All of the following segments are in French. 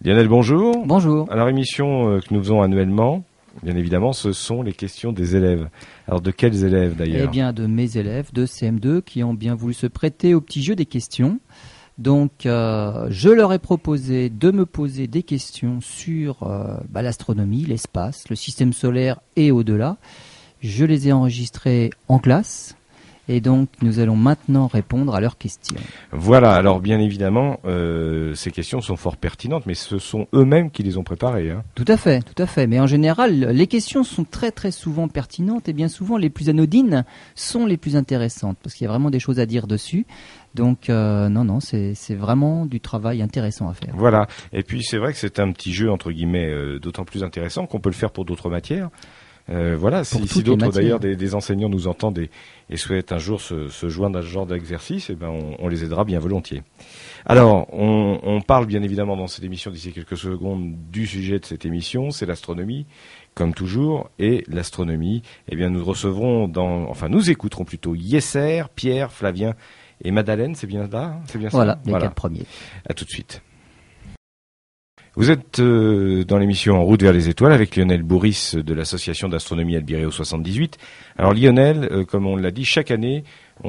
Lionel, bonjour. Bonjour. Alors, émission que nous faisons annuellement, bien évidemment, ce sont les questions des élèves. Alors, de quels élèves d'ailleurs ? Eh bien, de mes élèves de CM2 qui ont bien voulu se prêter au petit jeu des questions. Donc, je leur ai proposé de me poser des questions sur l'astronomie, l'espace, le système solaire et au-delà. Je les ai enregistrées en classe. Et donc, nous allons maintenant répondre à leurs questions. Voilà, alors bien évidemment, ces questions sont fort pertinentes, mais ce sont eux-mêmes qui les ont préparées. Hein. Tout à fait. Mais en général, les questions sont très très souvent pertinentes et bien souvent les plus anodines sont les plus intéressantes parce qu'il y a vraiment des choses à dire dessus. Donc non, c'est vraiment du travail intéressant à faire. Voilà, et puis c'est vrai que c'est un petit jeu entre guillemets d'autant plus intéressant qu'on peut le faire pour d'autres matières. Voilà, si d'autres d'ailleurs des enseignants nous entendent et souhaitent un jour se joindre à ce genre d'exercice, eh ben on les aidera bien volontiers. Alors, on parle bien évidemment dans cette émission d'ici quelques secondes du sujet de cette émission, c'est l'astronomie, comme toujours, et l'astronomie, eh bien nous nous écouterons plutôt Yesser, Pierre, Flavien et Madeleine, c'est bien là, c'est bien ça. Voilà, les 4 premiers. À tout de suite. Vous êtes dans l'émission En route vers les étoiles avec Lionel Bourris de l'association d'astronomie Albireo 78. Alors Lionel, comme on l'a dit, chaque année,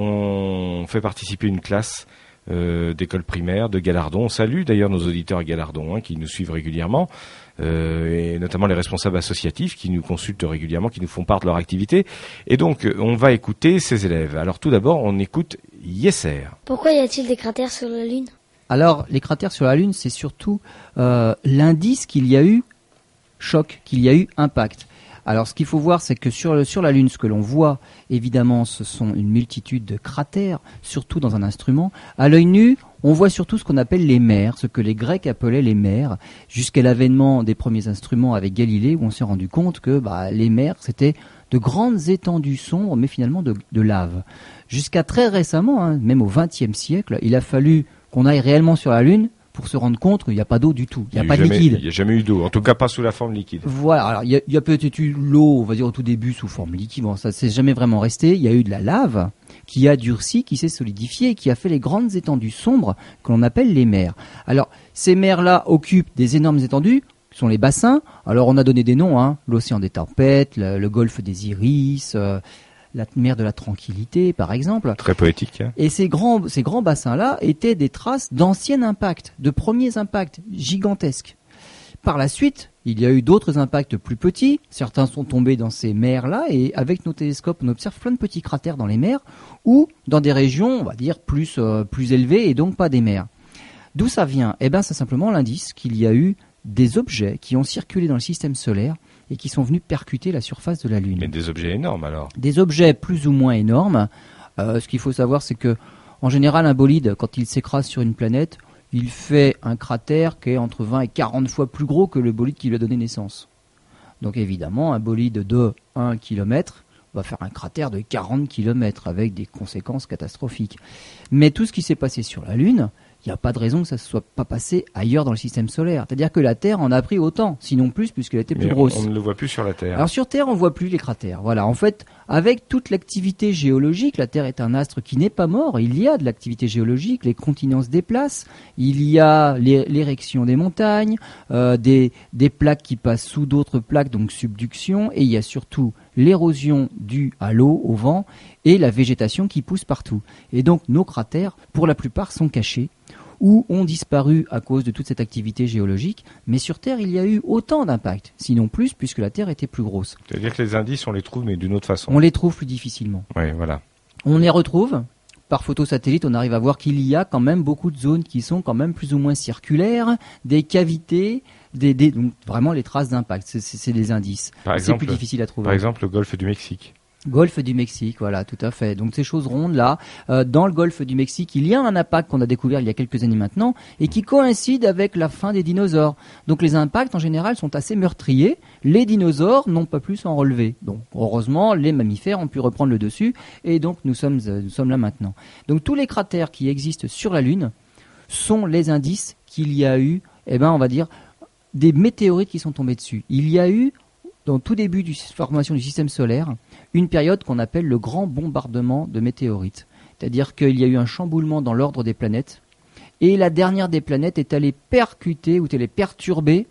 on fait participer une classe d'école primaire, de Galardon. On salue d'ailleurs nos auditeurs à Galardon qui nous suivent régulièrement, et notamment les responsables associatifs qui nous consultent régulièrement, qui nous font part de leur activité. Et donc, on va écouter ces élèves. Alors tout d'abord, on écoute Yesser. Pourquoi y a-t-il des cratères sur la Lune ? Alors, les cratères sur la Lune, c'est surtout l'indice qu'il y a eu choc, qu'il y a eu impact. Alors, ce qu'il faut voir, c'est que sur la Lune, ce que l'on voit, évidemment, ce sont une multitude de cratères, surtout dans un instrument. À l'œil nu, on voit surtout ce qu'on appelle les mers, ce que les Grecs appelaient les mers, jusqu'à l'avènement des premiers instruments avec Galilée, où on s'est rendu compte que les mers, c'était de grandes étendues sombres, mais finalement de lave. Jusqu'à très récemment, même au XXe siècle, il a fallu qu'on aille réellement sur la Lune pour se rendre compte qu'il n'y a pas d'eau du tout, il n'y a pas de liquide. Il n'y a jamais eu d'eau, en tout cas pas sous la forme liquide. Voilà, alors il y a peut-être eu l'eau, on va dire au tout début sous forme liquide, bon ça s'est jamais vraiment resté, il y a eu de la lave qui a durci, qui s'est solidifiée et qui a fait les grandes étendues sombres que l'on appelle les mers. Alors ces mers-là occupent des énormes étendues, qui sont les bassins, alors on a donné des noms, l'océan des tempêtes, le golfe des Iris, la mer de la tranquillité, par exemple. Très poétique. Et ces grands bassins-là étaient des traces d'anciens impacts, de premiers impacts gigantesques. Par la suite, il y a eu d'autres impacts plus petits. Certains sont tombés dans ces mers-là et avec nos télescopes, on observe plein de petits cratères dans les mers ou dans des régions, on va dire, plus élevées et donc pas des mers. D'où ça vient ? Eh bien, c'est simplement l'indice qu'il y a eu des objets qui ont circulé dans le système solaire et qui sont venus percuter la surface de la Lune. Mais des objets énormes alors ? Des objets plus ou moins énormes. Ce qu'il faut savoir, c'est que, en général, un bolide, quand il s'écrase sur une planète, il fait un cratère qui est entre 20 et 40 fois plus gros que le bolide qui lui a donné naissance. Donc évidemment, un bolide de 1 km va faire un cratère de 40 km avec des conséquences catastrophiques. Mais tout ce qui s'est passé sur la Lune, il n'y a pas de raison que ça ne se soit pas passé ailleurs dans le système solaire. C'est-à-dire que la Terre en a pris autant, sinon plus, puisqu'elle était plus grosse. On ne le voit plus sur la Terre. Alors sur Terre, on ne voit plus les cratères. Voilà. En fait, avec toute l'activité géologique, la Terre est un astre qui n'est pas mort. Il y a de l'activité géologique, les continents se déplacent, il y a l'érection des montagnes, des plaques qui passent sous d'autres plaques, donc subduction, et il y a surtout l'érosion due à l'eau, au vent, et la végétation qui pousse partout. Et donc nos cratères, pour la plupart, sont cachés ou ont disparu à cause de toute cette activité géologique. Mais sur Terre, il y a eu autant d'impacts, sinon plus, puisque la Terre était plus grosse. C'est-à-dire que les indices, on les trouve, mais d'une autre façon. On les trouve plus difficilement. Oui, voilà. On les retrouve. Par photosatellite, on arrive à voir qu'il y a quand même beaucoup de zones qui sont quand même plus ou moins circulaires, des cavités, donc vraiment les traces d'impact. C'est des indices. C'est plus difficile à trouver. Par exemple, le golfe du Mexique. Golfe du Mexique, voilà, tout à fait. Donc ces choses rondes là, dans le golfe du Mexique, il y a un impact qu'on a découvert il y a quelques années maintenant et qui coïncide avec la fin des dinosaures. Donc les impacts en général sont assez meurtriers. Les dinosaures n'ont pas pu s'en relever. Donc heureusement, les mammifères ont pu reprendre le dessus et donc nous sommes là maintenant. Donc tous les cratères qui existent sur la Lune sont les indices qu'il y a eu, on va dire, des météorites qui sont tombées dessus. Il y a eu dans tout début de formation du système solaire, une période qu'on appelle le grand bombardement de météorites. C'est-à-dire qu'il y a eu un chamboulement dans l'ordre des planètes et la dernière des planètes est allée percuter ou allée perturber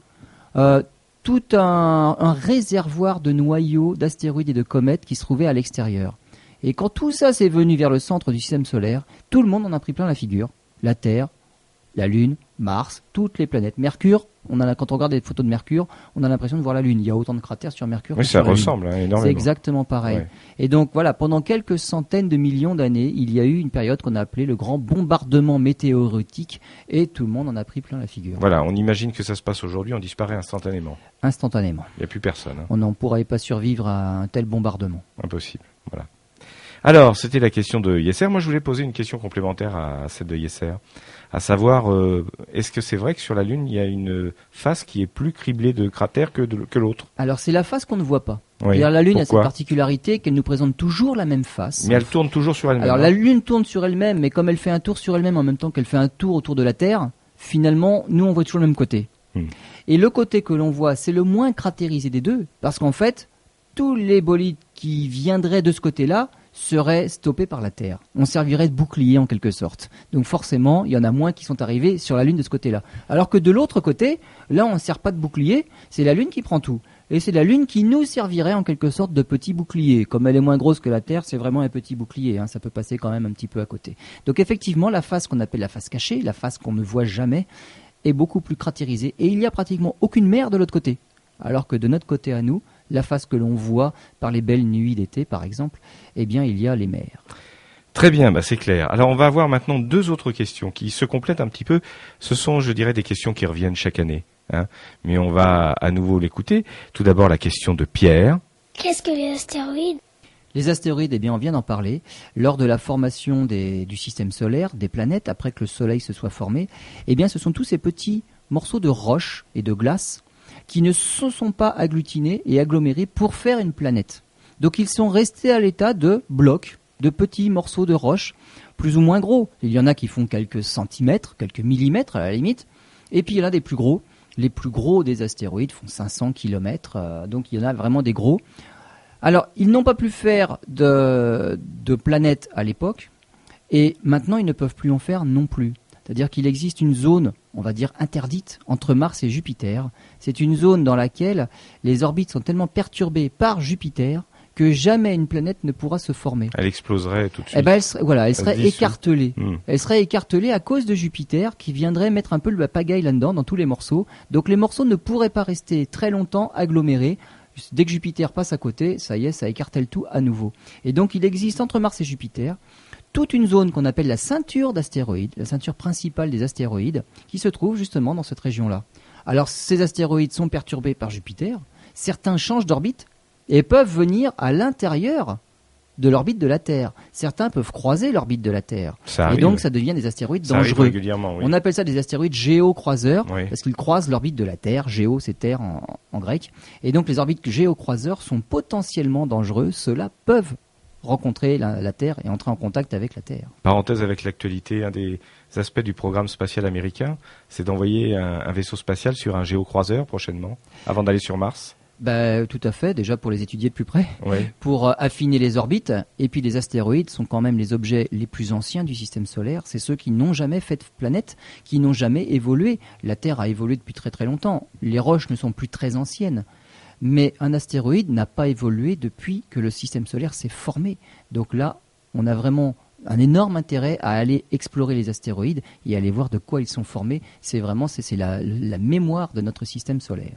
tout un réservoir de noyaux d'astéroïdes et de comètes qui se trouvaient à l'extérieur. Et quand tout ça s'est venu vers le centre du système solaire, tout le monde en a pris plein la figure. La Terre, la Lune, Mars, toutes les planètes. Mercure, quand on regarde des photos de Mercure, on a l'impression de voir la Lune. Il y a autant de cratères sur Mercure que sur la Lune. Oui, ça ressemble énormément. C'est exactement pareil. Ouais. Et donc voilà, pendant quelques centaines de millions d'années, il y a eu une période qu'on a appelée le grand bombardement météoritique et tout le monde en a pris plein la figure. Voilà, on imagine que ça se passe aujourd'hui, on disparaît instantanément. Instantanément. Il n'y a plus personne. On n'en pourrait pas survivre à un tel bombardement. Impossible, voilà. Alors, c'était la question de Yesser. Moi, je voulais poser une question complémentaire à celle de Yesser. À savoir, est-ce que c'est vrai que sur la Lune, il y a une face qui est plus criblée de cratères que l'autre? Alors, c'est la face qu'on ne voit pas. Oui. La Lune Pourquoi? a cette particularité qu'elle nous présente toujours la même face. Mais elle tourne toujours sur elle-même. Alors, la Lune tourne sur elle-même, mais comme elle fait un tour sur elle-même en même temps qu'elle fait un tour autour de la Terre, finalement, nous, on voit toujours le même côté. Et le côté que l'on voit, c'est le moins cratérisé des deux, parce qu'en fait, tous les bolides qui viendraient de ce côté-là seraient stoppés par la Terre. On servirait de bouclier en quelque sorte. Donc forcément, il y en a moins qui sont arrivés sur la Lune de ce côté-là. Alors que de l'autre côté, là on ne sert pas de bouclier, c'est la Lune qui prend tout. Et c'est la Lune qui nous servirait en quelque sorte de petit bouclier. Comme elle est moins grosse que la Terre, c'est vraiment un petit bouclier, ça peut passer quand même un petit peu à côté. Donc effectivement, la face qu'on appelle la face cachée, la face qu'on ne voit jamais, est beaucoup plus cratérisée. Et il n'y a pratiquement aucune mer de l'autre côté. Alors que de notre côté à nous, la face que l'on voit par les belles nuits d'été, par exemple, eh bien, il y a les mers. Très bien, c'est clair. Alors, on va avoir maintenant deux autres questions qui se complètent un petit peu. Ce sont, je dirais, des questions qui reviennent chaque année. Mais on va à nouveau l'écouter. Tout d'abord, la question de Pierre. Qu'est-ce que les astéroïdes? Les astéroïdes, eh bien, on vient d'en parler. Lors de la formation du système solaire, des planètes, après que le Soleil se soit formé, eh bien, ce sont tous ces petits morceaux de roche et de glace qui ne se sont pas agglutinés et agglomérés pour faire une planète. Donc ils sont restés à l'état de blocs, de petits morceaux de roche, plus ou moins gros. Il y en a qui font quelques centimètres, quelques millimètres à la limite, et puis il y en a des plus gros. Les plus gros des astéroïdes font 500 km, donc il y en a vraiment des gros. Alors, ils n'ont pas pu faire de planète à l'époque, et maintenant ils ne peuvent plus en faire non plus. C'est-à-dire qu'il existe une zone, on va dire interdite, entre Mars et Jupiter. C'est une zone dans laquelle les orbites sont tellement perturbées par Jupiter que jamais une planète ne pourra se former. Elle exploserait tout de suite. Eh ben, elle serait écartelée. Elle serait écartelée à cause de Jupiter qui viendrait mettre un peu le pagaille là-dedans, dans tous les morceaux. Donc les morceaux ne pourraient pas rester très longtemps agglomérés. Dès que Jupiter passe à côté, ça y est, ça écartèle tout à nouveau. Et donc il existe entre Mars et Jupiter toute une zone qu'on appelle la ceinture d'astéroïdes, la ceinture principale des astéroïdes, qui se trouve justement dans cette région-là. Alors ces astéroïdes sont perturbés par Jupiter, certains changent d'orbite et peuvent venir à l'intérieur de l'orbite de la Terre. Certains peuvent croiser l'orbite de la Terre. Et donc ça devient des astéroïdes dangereux. Régulièrement, oui. On appelle ça des astéroïdes géocroiseurs, oui, parce qu'ils croisent l'orbite de la Terre. Géo, c'est Terre en grec. Et donc les orbites géocroiseurs sont potentiellement dangereux. Ceux-là peuvent rencontrer la Terre et entrer en contact avec la Terre. Parenthèse avec l'actualité, un des aspects du programme spatial américain, c'est d'envoyer un vaisseau spatial sur un géocroiseur prochainement, avant d'aller sur Mars. Tout à fait, déjà pour les étudier de plus près, oui, pour affiner les orbites. Et puis les astéroïdes sont quand même les objets les plus anciens du système solaire. C'est ceux qui n'ont jamais fait de planète, qui n'ont jamais évolué. La Terre a évolué depuis très très longtemps. Les roches ne sont plus très anciennes. Mais un astéroïde n'a pas évolué depuis que le système solaire s'est formé. Donc là, on a vraiment un énorme intérêt à aller explorer les astéroïdes et aller voir de quoi ils sont formés. C'est vraiment la mémoire de notre système solaire.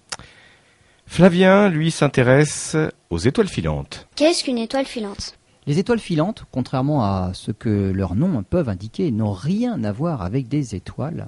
Flavien, lui, s'intéresse aux étoiles filantes. Qu'est-ce qu'une étoile filante? Les étoiles filantes, contrairement à ce que leurs noms peuvent indiquer, n'ont rien à voir avec des étoiles.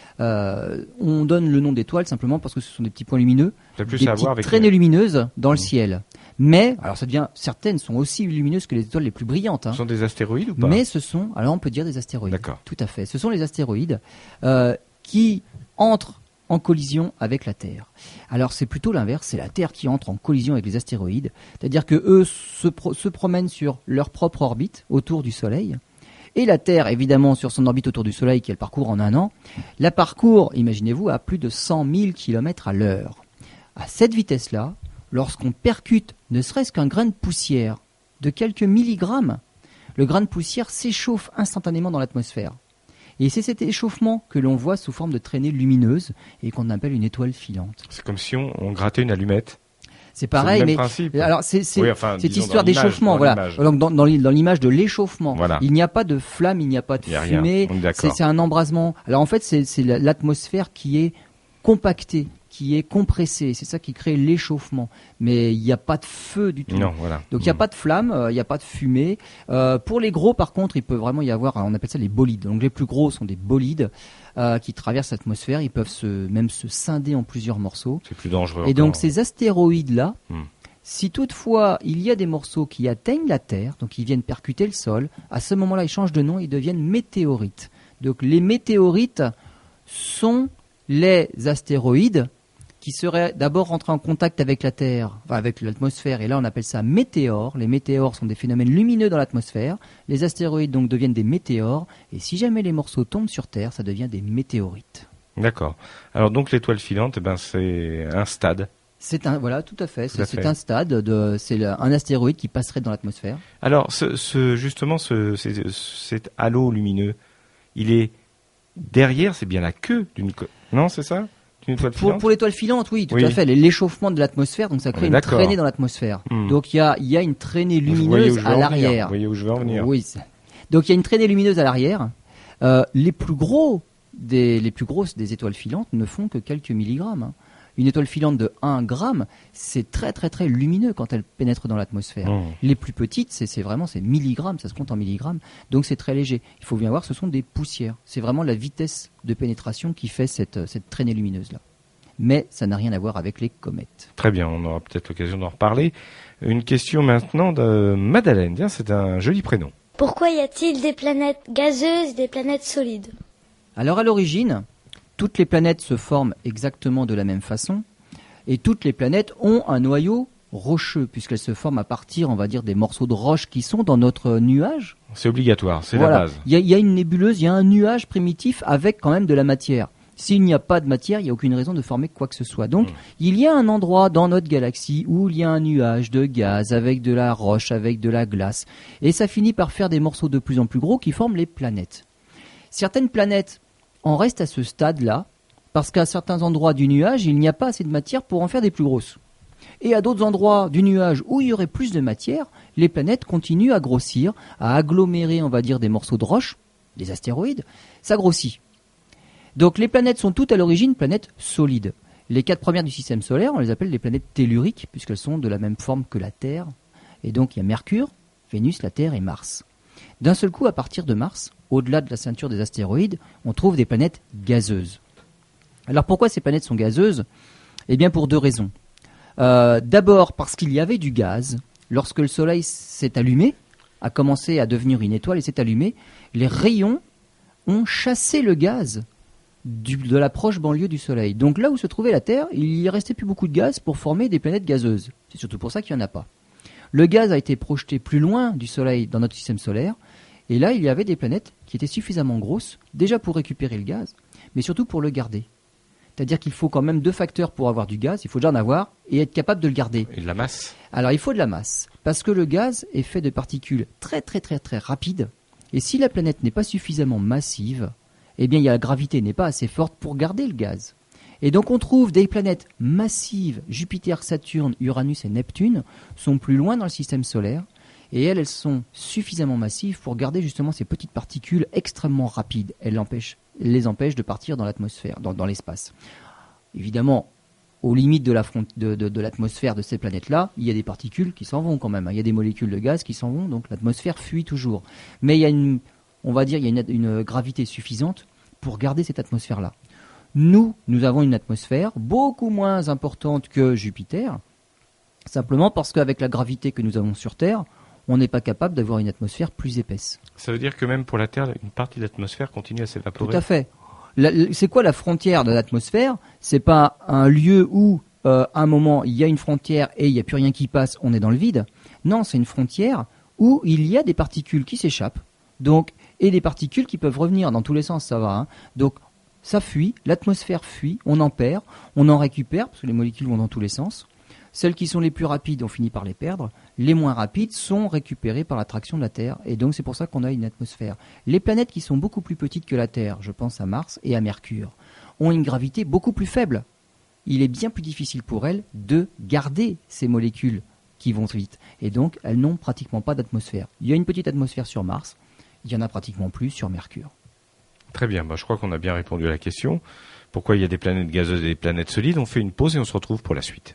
On donne le nom d'étoiles simplement parce que ce sont des petits points lumineux, des petites traînées lumineuses dans le ciel. Mais, alors certaines sont aussi lumineuses que les étoiles les plus brillantes. Ce sont des astéroïdes ou pas? Mais alors on peut dire des astéroïdes. D'accord. Tout à fait. Ce sont les astéroïdes qui entrent en collision avec la Terre. Alors c'est plutôt l'inverse, c'est la Terre qui entre en collision avec les astéroïdes, c'est-à-dire que eux se promènent sur leur propre orbite autour du Soleil, et la Terre, évidemment, sur son orbite autour du Soleil qu'elle parcourt en un an, la parcourt, imaginez-vous, à plus de 100 000 km à l'heure. À cette vitesse-là, lorsqu'on percute ne serait-ce qu'un grain de poussière de quelques milligrammes, le grain de poussière s'échauffe instantanément dans l'atmosphère. Et c'est cet échauffement que l'on voit sous forme de traînée lumineuse et qu'on appelle une étoile filante. C'est comme si on grattait une allumette. C'est pareil, le même mais principe. alors c'est cette histoire dans l'image, d'échauffement, voilà. Donc dans l'image de l'échauffement, voilà. Il n'y a pas de flamme, il n'y a pas de fumée. C'est un embrasement. Alors en fait, c'est l'atmosphère qui est compactée, qui est compressée. C'est ça qui crée l'échauffement. Mais il n'y a pas de feu du tout. Non, voilà. Donc il n'y a pas de flamme, il n'y a pas de fumée. Pour les gros, par contre, il peut vraiment y avoir, on appelle ça les bolides. Donc les plus gros sont des bolides qui traversent l'atmosphère. Ils peuvent même se scinder en plusieurs morceaux. C'est plus dangereux. Et donc ces astéroïdes-là, si toutefois il y a des morceaux qui atteignent la Terre, donc ils viennent percuter le sol, à ce moment-là ils changent de nom, ils deviennent météorites. Donc les météorites sont les astéroïdes qui seraient d'abord rentrés en contact avec la Terre, enfin avec l'atmosphère, et là on appelle ça météores. Les météores sont des phénomènes lumineux dans l'atmosphère. Les astéroïdes donc deviennent des météores, et si jamais les morceaux tombent sur Terre, ça devient des météorites. D'accord. Alors donc l'étoile filante, c'est un stade. Voilà, tout à fait. C'est un stade, un astéroïde qui passerait dans l'atmosphère. Alors justement, cet halo lumineux, il est derrière, c'est bien la queue d'une... Non, c'est ça? Pour l'étoile filante, oui, tout à fait. L'échauffement de l'atmosphère, donc ça crée une traînée dans l'atmosphère. Donc il y a une traînée lumineuse à l'arrière. Vous voyez où je veux en venir. Oui. Donc il y a une traînée lumineuse à l'arrière. Les plus grosses des étoiles filantes ne font que quelques milligrammes. Une étoile filante de 1 gramme, c'est très très très lumineux quand elle pénètre dans l'atmosphère. Les plus petites, c'est vraiment milligrammes, ça se compte en milligrammes, donc c'est très léger. Il faut bien voir, ce sont des poussières. C'est vraiment la vitesse de pénétration qui fait cette traînée lumineuse-là. Mais ça n'a rien à voir avec les comètes. Très bien, on aura peut-être l'occasion d'en reparler. Une question maintenant de Madeleine. Tiens, c'est un joli prénom. Pourquoi y a-t-il des planètes gazeuses et des planètes solides? Alors à l'origine, toutes les planètes se forment exactement de la même façon et toutes les planètes ont un noyau rocheux puisqu'elles se forment à partir, on va dire, des morceaux de roche qui sont dans notre nuage. C'est obligatoire, c'est la base. Il y a une nébuleuse, il y a un nuage primitif avec quand même de la matière. S'il n'y a pas de matière, il n'y a aucune raison de former quoi que ce soit. Donc, il y a un endroit dans notre galaxie où il y a un nuage de gaz avec de la roche, avec de la glace. Et ça finit par faire des morceaux de plus en plus gros qui forment les planètes. Certaines planètes en restent à ce stade-là, parce qu'à certains endroits du nuage, il n'y a pas assez de matière pour en faire des plus grosses. Et à d'autres endroits du nuage où il y aurait plus de matière, les planètes continuent à grossir, à agglomérer, on va dire, des morceaux de roche, des astéroïdes, ça grossit. Donc les planètes sont toutes à l'origine planètes solides. Les 4 premières du système solaire, on les appelle les planètes telluriques, puisqu'elles sont de la même forme que la Terre. Et donc il y a Mercure, Vénus, la Terre et Mars. D'un seul coup, à partir de Mars, au-delà de la ceinture des astéroïdes, on trouve des planètes gazeuses. Alors pourquoi ces planètes sont gazeuses? Eh bien pour 2 raisons. D'abord parce qu'il y avait du gaz. Lorsque le Soleil s'est allumé, a commencé à devenir une étoile et s'est allumé, les rayons ont chassé le gaz de la proche banlieue du Soleil. Donc là où se trouvait la Terre, il n'y restait plus beaucoup de gaz pour former des planètes gazeuses. C'est surtout pour ça qu'il n'y en a pas. Le gaz a été projeté plus loin du Soleil dans notre système solaire, et là il y avait des planètes qui étaient suffisamment grosses, déjà pour récupérer le gaz, mais surtout pour le garder. C'est-à-dire qu'il faut quand même 2 facteurs pour avoir du gaz, il faut déjà en avoir et être capable de le garder. Et de la masse. Alors il faut de la masse, parce que le gaz est fait de particules très très très très rapides, et si la planète n'est pas suffisamment massive, eh bien la gravité n'est pas assez forte pour garder le gaz. Et donc on trouve des planètes massives, Jupiter, Saturne, Uranus et Neptune, sont plus loin dans le système solaire, et elles sont suffisamment massives pour garder justement ces petites particules extrêmement rapides. Elles les empêchent de partir dans l'atmosphère, dans l'espace. Évidemment, aux limites de l'atmosphère de ces planètes-là, il y a des particules qui s'en vont quand même. Il y a des molécules de gaz qui s'en vont, donc l'atmosphère fuit toujours. Mais il y a une gravité suffisante pour garder cette atmosphère-là. Nous avons une atmosphère beaucoup moins importante que Jupiter, simplement parce qu'avec la gravité que nous avons sur Terre, on n'est pas capable d'avoir une atmosphère plus épaisse. Ça veut dire que même pour la Terre, une partie de l'atmosphère continue à s'évaporer. Tout à fait. C'est quoi la frontière de l'atmosphère? C'est pas un lieu où, à un moment, il y a une frontière et il n'y a plus rien qui passe, on est dans le vide. Non, c'est une frontière où il y a des particules qui s'échappent, et des particules qui peuvent revenir dans tous les sens, ça va. Hein. Donc, ça fuit, l'atmosphère fuit, on en perd, on en récupère, parce que les molécules vont dans tous les sens. Celles qui sont les plus rapides, on finit par les perdre. Les moins rapides sont récupérées par l'attraction de la Terre. Et donc c'est pour ça qu'on a une atmosphère. Les planètes qui sont beaucoup plus petites que la Terre, je pense à Mars et à Mercure, ont une gravité beaucoup plus faible. Il est bien plus difficile pour elles de garder ces molécules qui vont vite. Et donc elles n'ont pratiquement pas d'atmosphère. Il y a une petite atmosphère sur Mars, il y en a pratiquement plus sur Mercure. Très bien, je crois qu'on a bien répondu à la question. Pourquoi il y a des planètes gazeuses et des planètes solides? On fait une pause et on se retrouve pour la suite.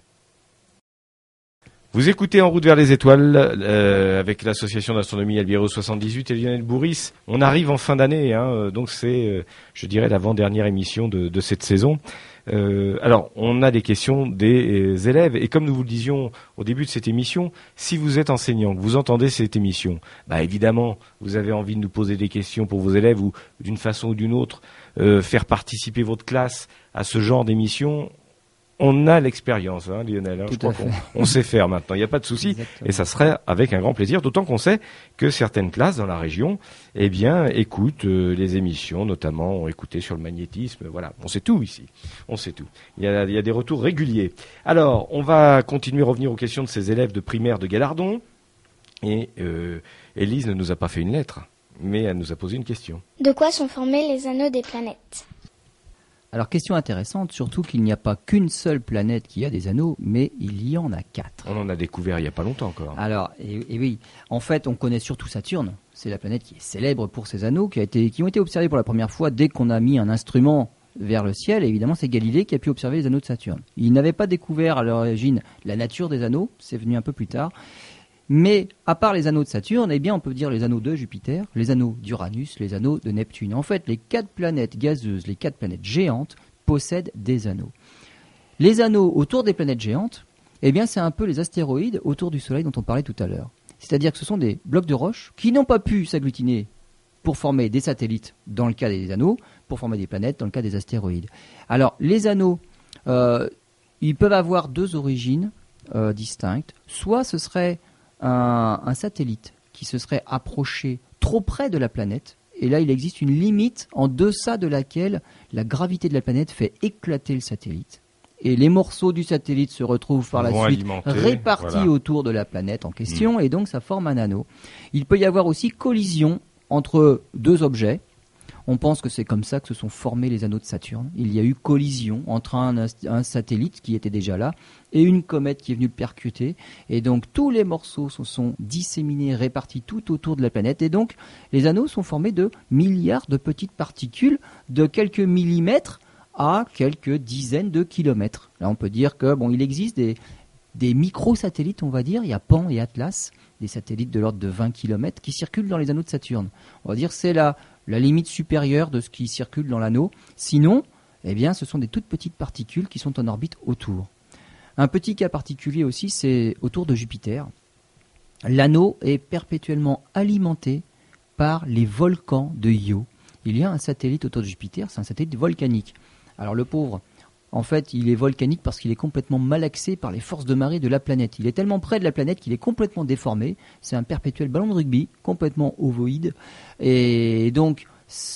Vous écoutez En route vers les étoiles avec l'association d'astronomie Albireo 78 et Lionel Bourris. On arrive en fin d'année, donc c'est, je dirais, l'avant-dernière émission de cette saison. Alors, on a des questions des élèves et comme nous vous le disions au début de cette émission, si vous êtes enseignant, que vous entendez cette émission, évidemment, vous avez envie de nous poser des questions pour vos élèves ou d'une façon ou d'une autre faire participer votre classe à ce genre d'émission. On a l'expérience, Lionel. Je crois qu'on sait faire maintenant. Il n'y a pas de souci. Exactement. Et ça serait avec un grand plaisir. D'autant qu'on sait que certaines classes dans la région, écoutent les émissions, notamment ont écouté sur le magnétisme. Voilà. On sait tout ici. On sait tout. Il y a des retours réguliers. Alors, on va continuer à revenir aux questions de ces élèves de primaire de Galardon. Et Élise ne nous a pas fait une lettre, mais elle nous a posé une question. De quoi sont formés les anneaux des planètes? Alors, question intéressante, surtout qu'il n'y a pas qu'une seule planète qui a des anneaux, mais il y en a 4. On en a découvert il n'y a pas longtemps encore. Alors, et oui, en fait, on connaît surtout Saturne. C'est la planète qui est célèbre pour ses anneaux, qui ont été observés pour la première fois dès qu'on a mis un instrument vers le ciel. Et évidemment, c'est Galilée qui a pu observer les anneaux de Saturne. Il n'avait pas découvert à l'origine la nature des anneaux, c'est venu un peu plus tard. Mais à part les anneaux de Saturne, on peut dire les anneaux de Jupiter, les anneaux d'Uranus, les anneaux de Neptune. En fait, les 4 planètes gazeuses, les 4 planètes géantes possèdent des anneaux. Les anneaux autour des planètes géantes, c'est un peu les astéroïdes autour du Soleil dont on parlait tout à l'heure. C'est-à-dire que ce sont des blocs de roches qui n'ont pas pu s'agglutiner pour former des satellites dans le cas des anneaux, pour former des planètes dans le cas des astéroïdes. Alors, les anneaux, ils peuvent avoir 2 origines distinctes. Soit ce serait un satellite qui se serait approché trop près de la planète, et là il existe une limite en deçà de laquelle la gravité de la planète fait éclater le satellite. Et les morceaux du satellite se retrouvent par la suite répartis autour de la planète en question, et donc ça forme un anneau. Il peut y avoir aussi collision entre 2 objets. On pense que c'est comme ça que se sont formés les anneaux de Saturne. Il y a eu collision entre un satellite qui était déjà là et une comète qui est venue le percuter. Et donc tous les morceaux se sont disséminés, répartis tout autour de la planète. Et donc les anneaux sont formés de milliards de petites particules de quelques millimètres à quelques dizaines de kilomètres. Là on peut dire que il existe des microsatellites, on va dire. Il y a Pan et Atlas, des satellites de l'ordre de 20 km qui circulent dans les anneaux de Saturne. On va dire c'est la limite supérieure de ce qui circule dans l'anneau. Sinon, ce sont des toutes petites particules qui sont en orbite autour. Un petit cas particulier aussi, c'est autour de Jupiter. L'anneau est perpétuellement alimenté par les volcans de Io. Il y a un satellite autour de Jupiter, c'est un satellite volcanique. Alors le pauvre, en fait, il est volcanique parce qu'il est complètement malaxé par les forces de marée de la planète. Il est tellement près de la planète qu'il est complètement déformé. C'est un perpétuel ballon de rugby, complètement ovoïde. Et donc,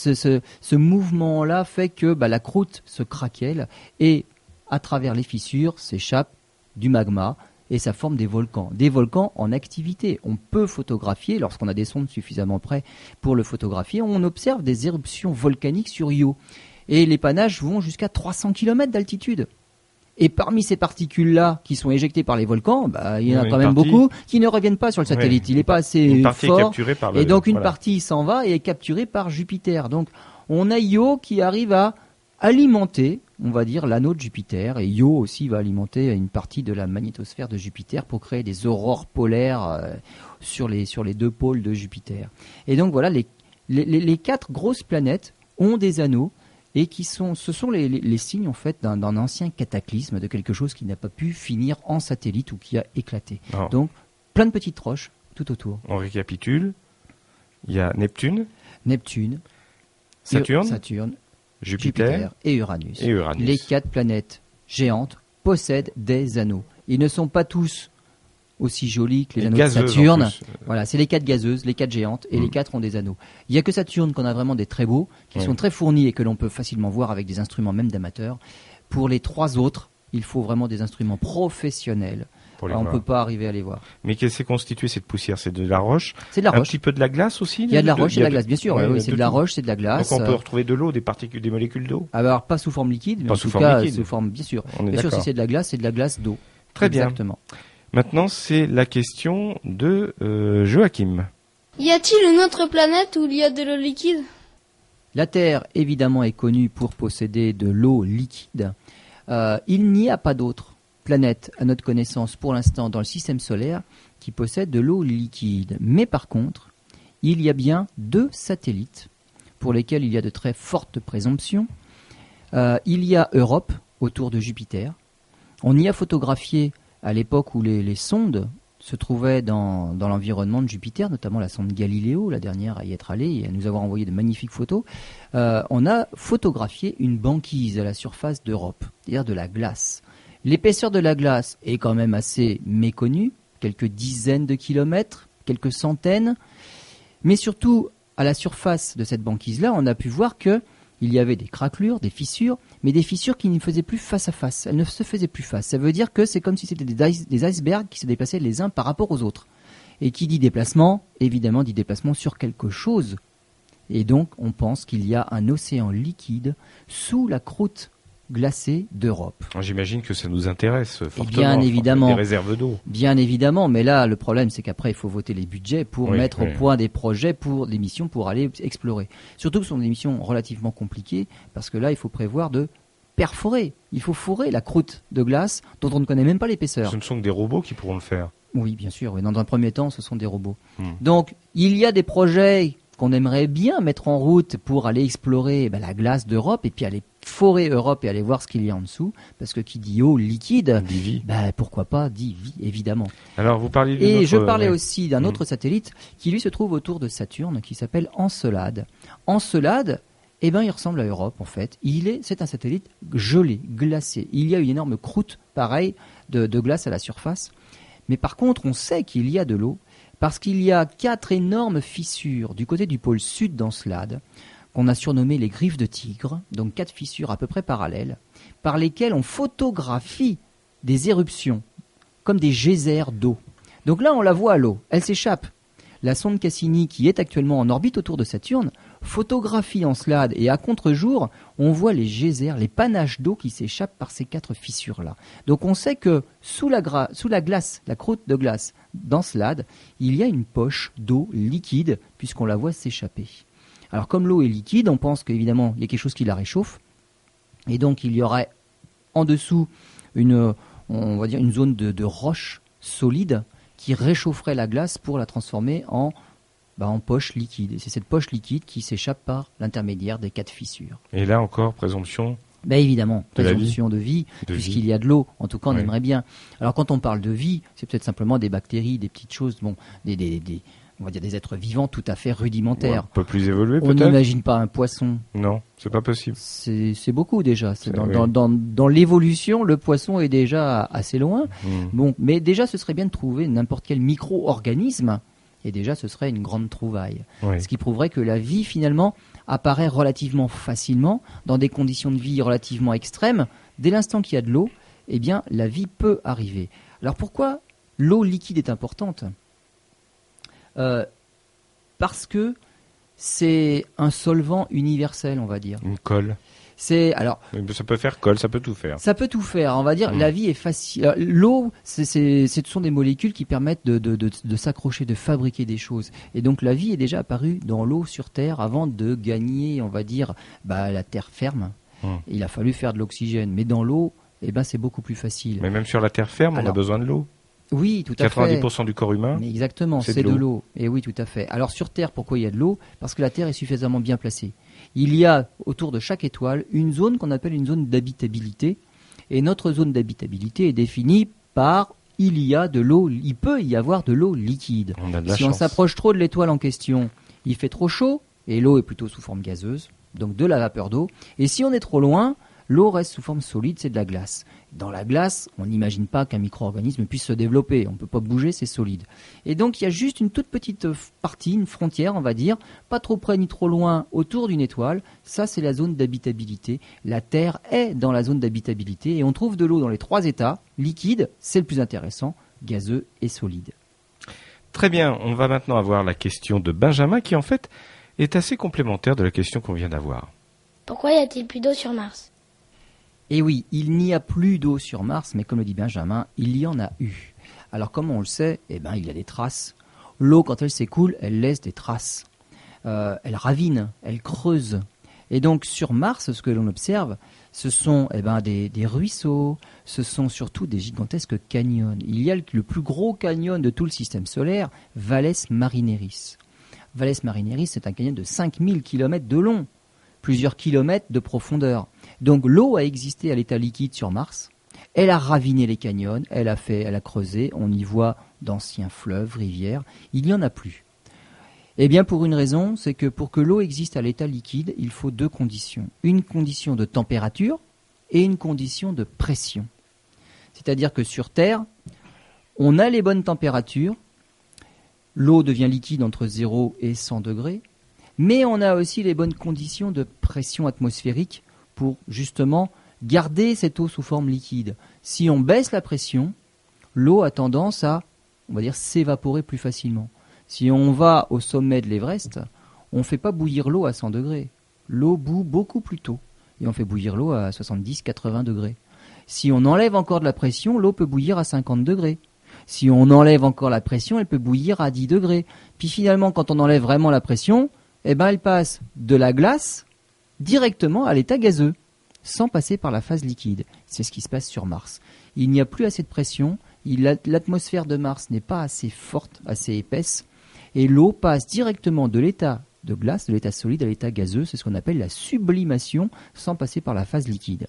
ce mouvement-là fait que la croûte se craquelle et à travers les fissures s'échappe du magma et ça forme des volcans. Des volcans en activité. On peut photographier, lorsqu'on a des sondes suffisamment près pour le photographier, on observe des éruptions volcaniques sur Io. Et les panaches vont jusqu'à 300 km d'altitude. Et parmi ces particules-là qui sont éjectées par les volcans, il y en a quand même beaucoup qui ne reviennent pas sur le satellite. Il n'est pas assez fort. Et donc une partie s'en va et est capturée par Jupiter. Donc on a Io qui arrive à alimenter, on va dire, l'anneau de Jupiter. Et Io aussi va alimenter une partie de la magnétosphère de Jupiter pour créer des aurores polaires sur les 2 pôles de Jupiter. Et donc voilà, les 4 grosses planètes ont des anneaux. Et ce sont les signes en fait d'un ancien cataclysme, de quelque chose qui n'a pas pu finir en satellite ou qui a éclaté. Alors, donc plein de petites roches tout autour. On récapitule. Il y a Neptune, Saturne, Jupiter et Uranus. Les 4 planètes géantes possèdent des anneaux. Ils ne sont pas tous aussi jolis que les anneaux de Saturne. Voilà, c'est les 4 gazeuses, les 4 géantes, et les 4 ont des anneaux. Il n'y a que Saturne qu'on a vraiment des très beaux, qui sont très fournis et que l'on peut facilement voir avec des instruments même d'amateurs. Pour les 3 autres, il faut vraiment des instruments professionnels. Pour les On ne voir. peut pas arriver à les voir. Mais qu'est-ce qui est constitué cette poussière? C'est de la roche? C'est de la Un roche. petit peu de la glace aussi? Il y a de la roche et de la glace, bien sûr. Ouais, Oui, c'est de la tout. roche, c'est de la glace. Donc on peut retrouver de l'eau, des particules, des molécules d'eau? Alors pas sous forme liquide, mais Pas en sous tout forme cas liquide. sous forme, bien sûr. On est Bien sûr, si d'accord. c'est de la glace d'eau. Très bien. Exactement. Maintenant, c'est la question de Joachim. Y a-t-il une autre planète où il y a de l'eau liquide? La Terre, évidemment, est connue pour posséder de l'eau liquide. Il n'y a pas d'autre planète, à notre connaissance, pour l'instant, dans le système solaire, qui possède de l'eau liquide. Mais par contre, il y a bien 2 satellites pour lesquels il y a de très fortes présomptions. Il y a Europe, autour de Jupiter. On y a photographié à l'époque où les sondes se trouvaient dans l'environnement de Jupiter, notamment la sonde Galileo, la dernière à y être allée et à nous avoir envoyé de magnifiques photos. On a photographié une banquise à la surface d'Europe, c'est-à-dire de la glace. L'épaisseur de la glace est quand même assez méconnue, quelques dizaines de kilomètres, quelques centaines, mais surtout à la surface de cette banquise-là, on a pu voir que il y avait des craquelures, des fissures, mais des fissures qui ne faisaient plus face à face. Elles ne se faisaient plus face. Ça veut dire que c'est comme si c'était des icebergs qui se déplaçaient les uns par rapport aux autres. Et qui dit déplacement, évidemment dit déplacement sur quelque chose. Et donc, on pense qu'il y a un océan liquide sous la croûte glacée d'Europe. J'imagine que ça nous intéresse fortement. bien évidemment. Des réserves d'eau. Bien évidemment, mais là, le problème, c'est qu'après, il faut voter les budgets pour Oui, mettre oui. au point des projets, pour des missions, pour aller explorer. Surtout que ce sont des missions relativement compliquées, parce que là, il faut prévoir de perforer. Il faut fourrer la croûte de glace dont on ne connaît même pas l'épaisseur. Ce ne sont que des robots qui pourront le faire. Oui, bien sûr. Oui. Dans un premier temps, ce sont des robots. Hmm. Donc, il y a des projets qu'on aimerait bien mettre en route pour aller explorer la glace d'Europe et puis aller forer Europe et aller voir ce qu'il y a en dessous. Parce que qui dit eau liquide, Divi. pourquoi pas, dit vie, évidemment. Alors, vous parliez de Et notre- je parlais ouais. aussi d'un autre satellite qui lui se trouve autour de Saturne, qui s'appelle Encelade. Encelade, il ressemble à Europe en fait. C'est un satellite gelé, glacé. Il y a une énorme croûte, pareil, de glace à la surface. Mais par contre, on sait qu'il y a de l'eau parce qu'il y a 4 énormes fissures du côté du pôle sud d'Encelade, qu'on a surnommées les griffes de tigre, donc 4 fissures à peu près parallèles, par lesquelles on photographie des éruptions, comme des geysers d'eau. Donc là, on la voit à l'eau, elle s'échappe. La sonde Cassini, qui est actuellement en orbite autour de Saturne, photographie Encelade et à contre-jour, on voit les geysers, les panaches d'eau qui s'échappent par ces 4 fissures-là. Donc on sait que sous la glace, la croûte de glace d'Encelade, il y a une poche d'eau liquide, puisqu'on la voit s'échapper. Alors comme l'eau est liquide, on pense qu'évidemment il y a quelque chose qui la réchauffe, et donc il y aurait en dessous on va dire une zone de roche solide qui réchaufferait la glace pour la transformer en poche liquide. Et c'est cette poche liquide qui s'échappe par l'intermédiaire des 4 fissures. Et là encore, présomption. Évidemment, De la présomption de vie, De puisqu'il vie. y a de l'eau. En tout cas, on Ouais. aimerait bien. Alors quand on parle de vie, c'est peut-être simplement des bactéries, des petites choses, on va dire des êtres vivants tout à fait rudimentaires. Un peu plus évolué On peut-être. n'imagine pas un poisson. Non, c'est pas possible. C'est beaucoup déjà. C'est- Dans, oui. dans l'évolution, le poisson est déjà assez loin. Hmm. Bon, mais déjà, ce serait bien de trouver n'importe quel micro-organisme. Et déjà, ce serait une grande trouvaille. Ouais. Ce qui prouverait que la vie, finalement, apparaît relativement facilement, dans des conditions de vie relativement extrêmes. Dès l'instant qu'il y a de l'eau, la vie peut arriver. Alors pourquoi l'eau liquide est importante ? Parce que c'est un solvant universel, on va dire. Une colle. Alors, Mais ça peut faire colle, ça peut tout faire. ça peut tout faire, on va dire. La vie est facile. L'eau, ce sont des molécules qui permettent de s'accrocher, de fabriquer des choses. Et donc la vie est déjà apparue dans l'eau sur Terre avant de gagner, on va dire, la terre ferme. Il a fallu faire de l'oxygène. Mais dans l'eau, c'est beaucoup plus facile. Mais même sur la terre ferme, on a Alors, besoin de l'eau. Oui, tout à fait. 90% du corps humain. Mais exactement, c'est c'est de de l'eau. l'eau. Et oui, tout à fait. Alors sur Terre, pourquoi il y a de l'eau ? Parce que la Terre est suffisamment bien placée. Il y a autour de chaque étoile une zone qu'on appelle une zone d'habitabilité. Et notre zone d'habitabilité est définie par il peut y avoir de l'eau liquide. On a de la Si on chance. s'approche trop de l'étoile en question, il fait trop chaud et l'eau est plutôt sous forme gazeuse, donc de la vapeur d'eau. Et si on est trop loin, L'eau reste sous forme solide, c'est de la glace. Dans la glace, on n'imagine pas qu'un micro-organisme puisse se développer. On ne peut pas bouger, c'est solide. Et donc, il y a juste une toute petite partie, une frontière, on va dire, pas trop près ni trop loin, autour d'une étoile. Ça, c'est la zone d'habitabilité. La Terre est dans la zone d'habitabilité et on trouve de l'eau dans les 3 états. Liquide, c'est le plus intéressant, gazeux et solide. Très bien, on va maintenant avoir la question de Benjamin qui, en fait, est assez complémentaire de la question qu'on vient d'avoir. Pourquoi y a-t-il plus d'eau sur Mars? Et oui, il n'y a plus d'eau sur Mars, mais comme le dit Benjamin, il y en a eu. Alors comment on le sait? Il y a des traces. L'eau, quand elle s'écoule, elle laisse des traces. Elle ravine, elle creuse. Et donc sur Mars, ce que l'on observe, ce sont des ruisseaux, ce sont surtout des gigantesques canyons. Il y a le plus gros canyon de tout le système solaire, Valles Marineris. Valles Marineris, c'est un canyon de 5000 km de long, plusieurs kilomètres de profondeur. Donc l'eau a existé à l'état liquide sur Mars, elle a raviné les canyons, elle a creusé, on y voit d'anciens fleuves, rivières, il n'y en a plus. Eh bien pour une raison, c'est que pour que l'eau existe à l'état liquide, il faut 2 conditions. Une condition de température et une condition de pression. C'est-à-dire que sur Terre, on a les bonnes températures, l'eau devient liquide entre 0 et 100 degrés, mais on a aussi les bonnes conditions de pression atmosphérique pour justement garder cette eau sous forme liquide. Si on baisse la pression, l'eau a tendance à, on va dire, s'évaporer plus facilement. Si on va au sommet de l'Everest, on ne fait pas bouillir l'eau à 100 degrés. L'eau bout beaucoup plus tôt. Et on fait bouillir l'eau à 70-80 degrés. Si on enlève encore de la pression, l'eau peut bouillir à 50 degrés. Si on enlève encore la pression, elle peut bouillir à 10 degrés. Puis finalement, quand on enlève vraiment la pression, elle passe de la glace directement à l'état gazeux, sans passer par la phase liquide. C'est ce qui se passe sur Mars. Il n'y a plus assez de pression, l'atmosphère de Mars n'est pas assez forte, assez épaisse, et l'eau passe directement de l'état de glace, de l'état solide à l'état gazeux. C'est ce qu'on appelle la sublimation, sans passer par la phase liquide.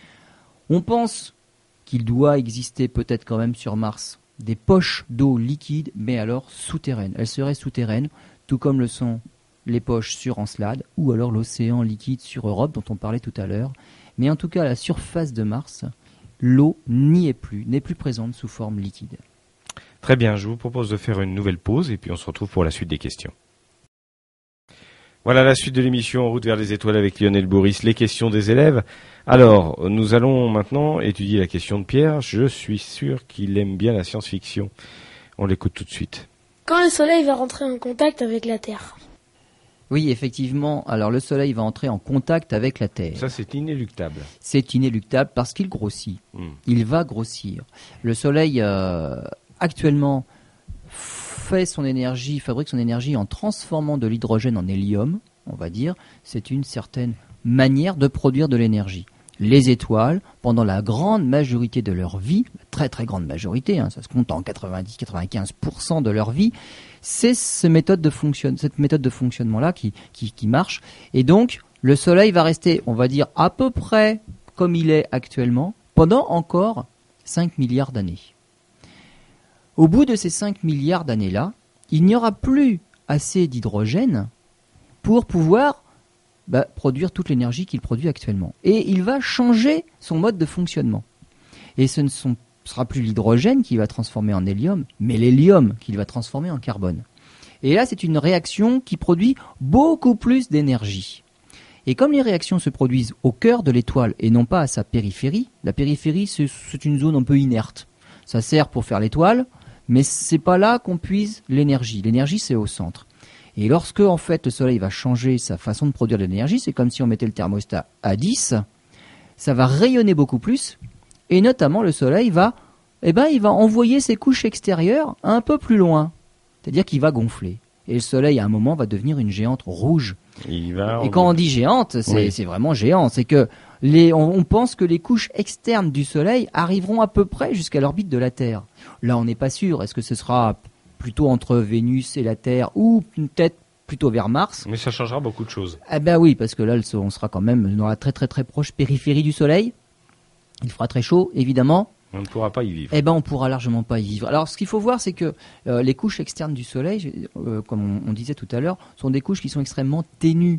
On pense qu'il doit exister peut-être quand même sur Mars des poches d'eau liquide, mais alors souterraines. Elles seraient souterraines, tout comme le sont les poches sur Encelade, ou alors l'océan liquide sur Europe, dont on parlait tout à l'heure. Mais en tout cas, à la surface de Mars, l'eau n'y est plus, n'est plus présente sous forme liquide. Très bien, je vous propose de faire une nouvelle pause et puis on se retrouve pour la suite des questions. Voilà la suite de l'émission En route vers les étoiles avec Lionel Bourris, les questions des élèves. Alors, nous allons maintenant étudier la question de Pierre. Je suis sûr qu'il aime bien la science-fiction. On l'écoute tout de suite. Quand le Soleil va rentrer en contact avec la Terre? Oui, effectivement. Alors le Soleil va entrer en contact avec la Terre. Ça, c'est inéluctable. C'est inéluctable parce qu'il grossit. Il va grossir. Le Soleil, actuellement, fabrique son énergie en transformant de l'hydrogène en hélium, on va dire. C'est une certaine manière de produire de l'énergie. Les étoiles, pendant la grande majorité de leur vie, très très grande majorité, ça se compte en 90-95% de leur vie, c'est cette méthode de fonctionnement-là qui marche. Et donc, le Soleil va rester, on va dire, à peu près comme il est actuellement, pendant encore 5 milliards d'années. Au bout de ces 5 milliards d'années-là, il n'y aura plus assez d'hydrogène pour pouvoir produire toute l'énergie qu'il produit actuellement. Et il va changer son mode de fonctionnement. Et ce ne sera plus l'hydrogène qui va transformer en hélium, mais l'hélium qu'il va transformer en carbone. Et là, c'est une réaction qui produit beaucoup plus d'énergie. Et comme les réactions se produisent au cœur de l'étoile et non pas à sa périphérie, la périphérie, c'est une zone un peu inerte. Ça sert pour faire l'étoile, mais c'est pas là qu'on puise l'énergie. L'énergie, c'est au centre. Et lorsque, en fait, le Soleil va changer sa façon de produire de l'énergie, c'est comme si on mettait le thermostat à 10, ça va rayonner beaucoup plus, et notamment le Soleil va envoyer ses couches extérieures un peu plus loin. C'est-à-dire qu'il va gonfler. Et le Soleil, à un moment, va devenir une géante rouge. Et quand on dit géante, c'est vraiment géant. C'est que on pense que les couches externes du Soleil arriveront à peu près jusqu'à l'orbite de la Terre. Là, on n'est pas sûr. Est-ce que ce sera plutôt entre Vénus et la Terre, ou peut-être plutôt vers Mars? Mais ça changera beaucoup de choses. Eh ben oui, parce que là, on sera quand même dans la très très très proche périphérie du Soleil. Il fera très chaud, évidemment. On ne pourra pas y vivre. Eh ben, on pourra largement pas y vivre. Alors, ce qu'il faut voir, c'est que les couches externes du Soleil, comme on disait tout à l'heure, sont des couches qui sont extrêmement ténues.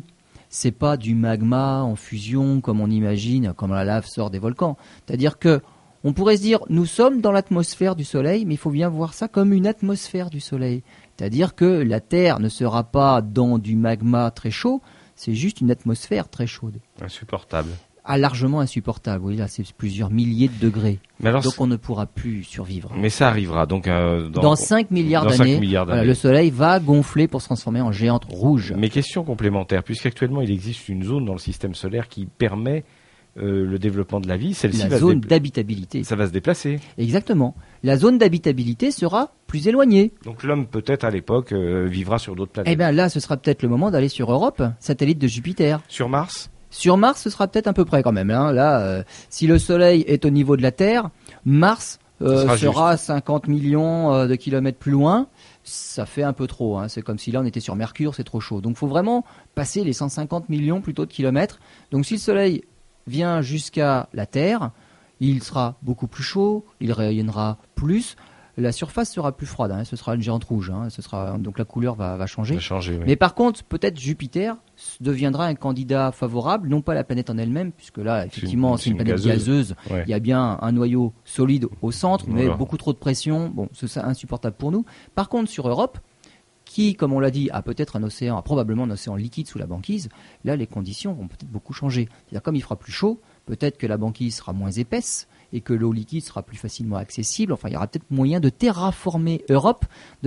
c'est pas du magma en fusion comme on imagine, comme la lave sort des volcans. C'est-à-dire que on pourrait se dire, nous sommes dans l'atmosphère du Soleil, mais il faut bien voir ça comme une atmosphère du Soleil. C'est-à-dire que la Terre ne sera pas dans du magma très chaud, c'est juste une atmosphère très chaude. Insupportable. Largement insupportable. Oui, là, c'est plusieurs milliers de degrés. Mais alors, donc on ne pourra plus survivre. Mais ça arrivera. Donc dans 5 milliards d'années, voilà, le Soleil va gonfler pour se transformer en géante rouge. Mais question complémentaire, puisqu'actuellement il existe une zone dans le système solaire qui permet le développement de la vie, celle-ci la zone d'habitabilité. Ça va se déplacer. Exactement. La zone d'habitabilité sera plus éloignée. Donc l'homme peut-être à l'époque vivra sur d'autres planètes. Eh bien là, ce sera peut-être le moment d'aller sur Europe, satellite de Jupiter. Sur Mars ? Sur Mars, ce sera peut-être un peu près quand même. Hein. Là, si le Soleil est au niveau de la Terre, Mars sera 50 millions de kilomètres plus loin. Ça fait un peu trop. Hein. C'est comme si là on était sur Mercure, c'est trop chaud. Donc il faut vraiment passer les 150 millions plutôt de kilomètres. Donc si le Soleil vient jusqu'à la Terre, il sera beaucoup plus chaud, il rayonnera plus, la surface sera plus froide, hein, ce sera une géante rouge, hein, donc la couleur va changer. Oui. Mais par contre, peut-être Jupiter deviendra un candidat favorable, non pas la planète en elle-même, puisque là, effectivement, c'est une planète gazeuse, ouais. Il y a bien un noyau solide au centre, mais beaucoup trop de pression, bon, c'est insupportable pour nous. Par contre, sur Europe, qui, comme on l'a dit, a peut-être probablement un océan liquide sous la banquise, là, les conditions vont peut-être beaucoup changer. C'est-à-dire, comme il fera plus chaud, peut-être que la banquise sera moins épaisse et que l'eau liquide sera plus facilement accessible. Enfin, il y aura peut-être moyen de terraformer Europe, de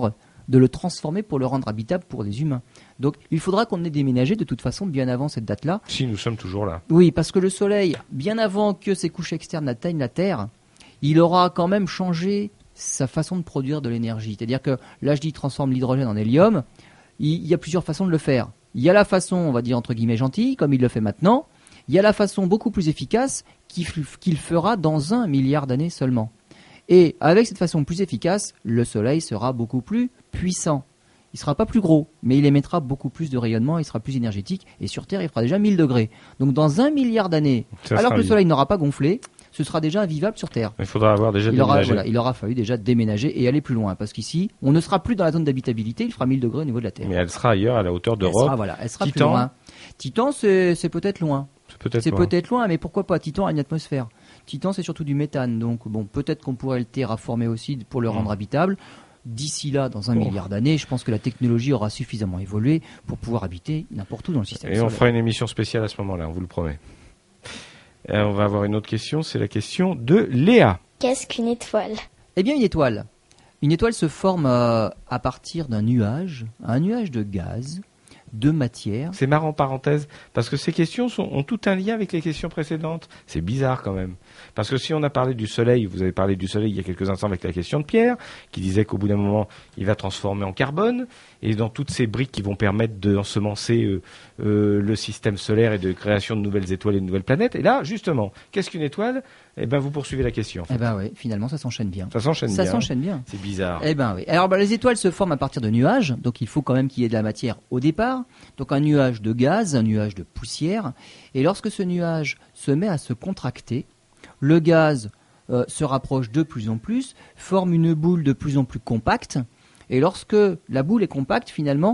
le transformer pour le rendre habitable pour les humains. Donc, il faudra qu'on ait déménagé de toute façon bien avant cette date-là. Si, nous sommes toujours là. Oui, parce que le Soleil, bien avant que ses couches externes n'atteignent la Terre, il aura quand même changé sa façon de produire de l'énergie. C'est-à-dire que, là je dis transforme l'hydrogène en hélium, il y a plusieurs façons de le faire. Il y a la façon, on va dire entre guillemets gentille, comme il le fait maintenant. Il y a la façon beaucoup plus efficace qu'il fera dans 1 milliard d'années seulement. Et avec cette façon plus efficace, le Soleil sera beaucoup plus puissant. Il ne sera pas plus gros, mais il émettra beaucoup plus de rayonnement, il sera plus énergétique, et sur Terre, il fera déjà 1000 degrés. Donc dans 1 milliard d'années, alors que le Soleil n'aura pas gonflé, ce sera déjà vivable sur Terre. Il faudra avoir déjà déménagé. Il aura fallu déjà déménager et aller plus loin, parce qu'ici, on ne sera plus dans la zone d'habitabilité, il fera 1000 degrés au niveau de la Terre. Mais elle sera ailleurs, à la hauteur d'Europe. Elle sera Titan. plus loin. Titan, c'est peut-être loin. C'est peut-être loin, mais pourquoi pas? Titan a une atmosphère. Titan, c'est surtout du méthane, donc bon, peut-être qu'on pourrait le terraformer aussi pour le rendre habitable. D'ici là, dans 1 milliard d'années, je pense que la technologie aura suffisamment évolué pour pouvoir habiter n'importe où dans le système solaire. Et on fera une émission spéciale à ce moment-là, on vous le promet. Et on va avoir une autre question, c'est la question de Léa. Qu'est-ce qu'une étoile? Eh bien, une étoile se forme à partir d'un nuage, un nuage de gaz, de matière. C'est marrant, parenthèse, parce que ces questions ont tout un lien avec les questions précédentes. C'est bizarre quand même. Parce que si on a parlé du Soleil, vous avez parlé du Soleil il y a quelques instants avec la question de Pierre, qui disait qu'au bout d'un moment, il va transformer en carbone, et dans toutes ces briques qui vont permettre d'ensemencer le système solaire et de création de nouvelles étoiles et de nouvelles planètes. Et là, justement, qu'est-ce qu'une étoile? Eh ben, vous poursuivez la question. En fait. Eh ben oui, finalement, ça s'enchaîne bien. Ça s'enchaîne bien. C'est bizarre. Eh ben oui. Alors, les étoiles se forment à partir de nuages, donc il faut quand même qu'il y ait de la matière au départ. Donc un nuage de gaz, un nuage de poussière. Et lorsque ce nuage se met à se contracter, le gaz se rapproche de plus en plus, forme une boule de plus en plus compacte. Et lorsque la boule est compacte, finalement,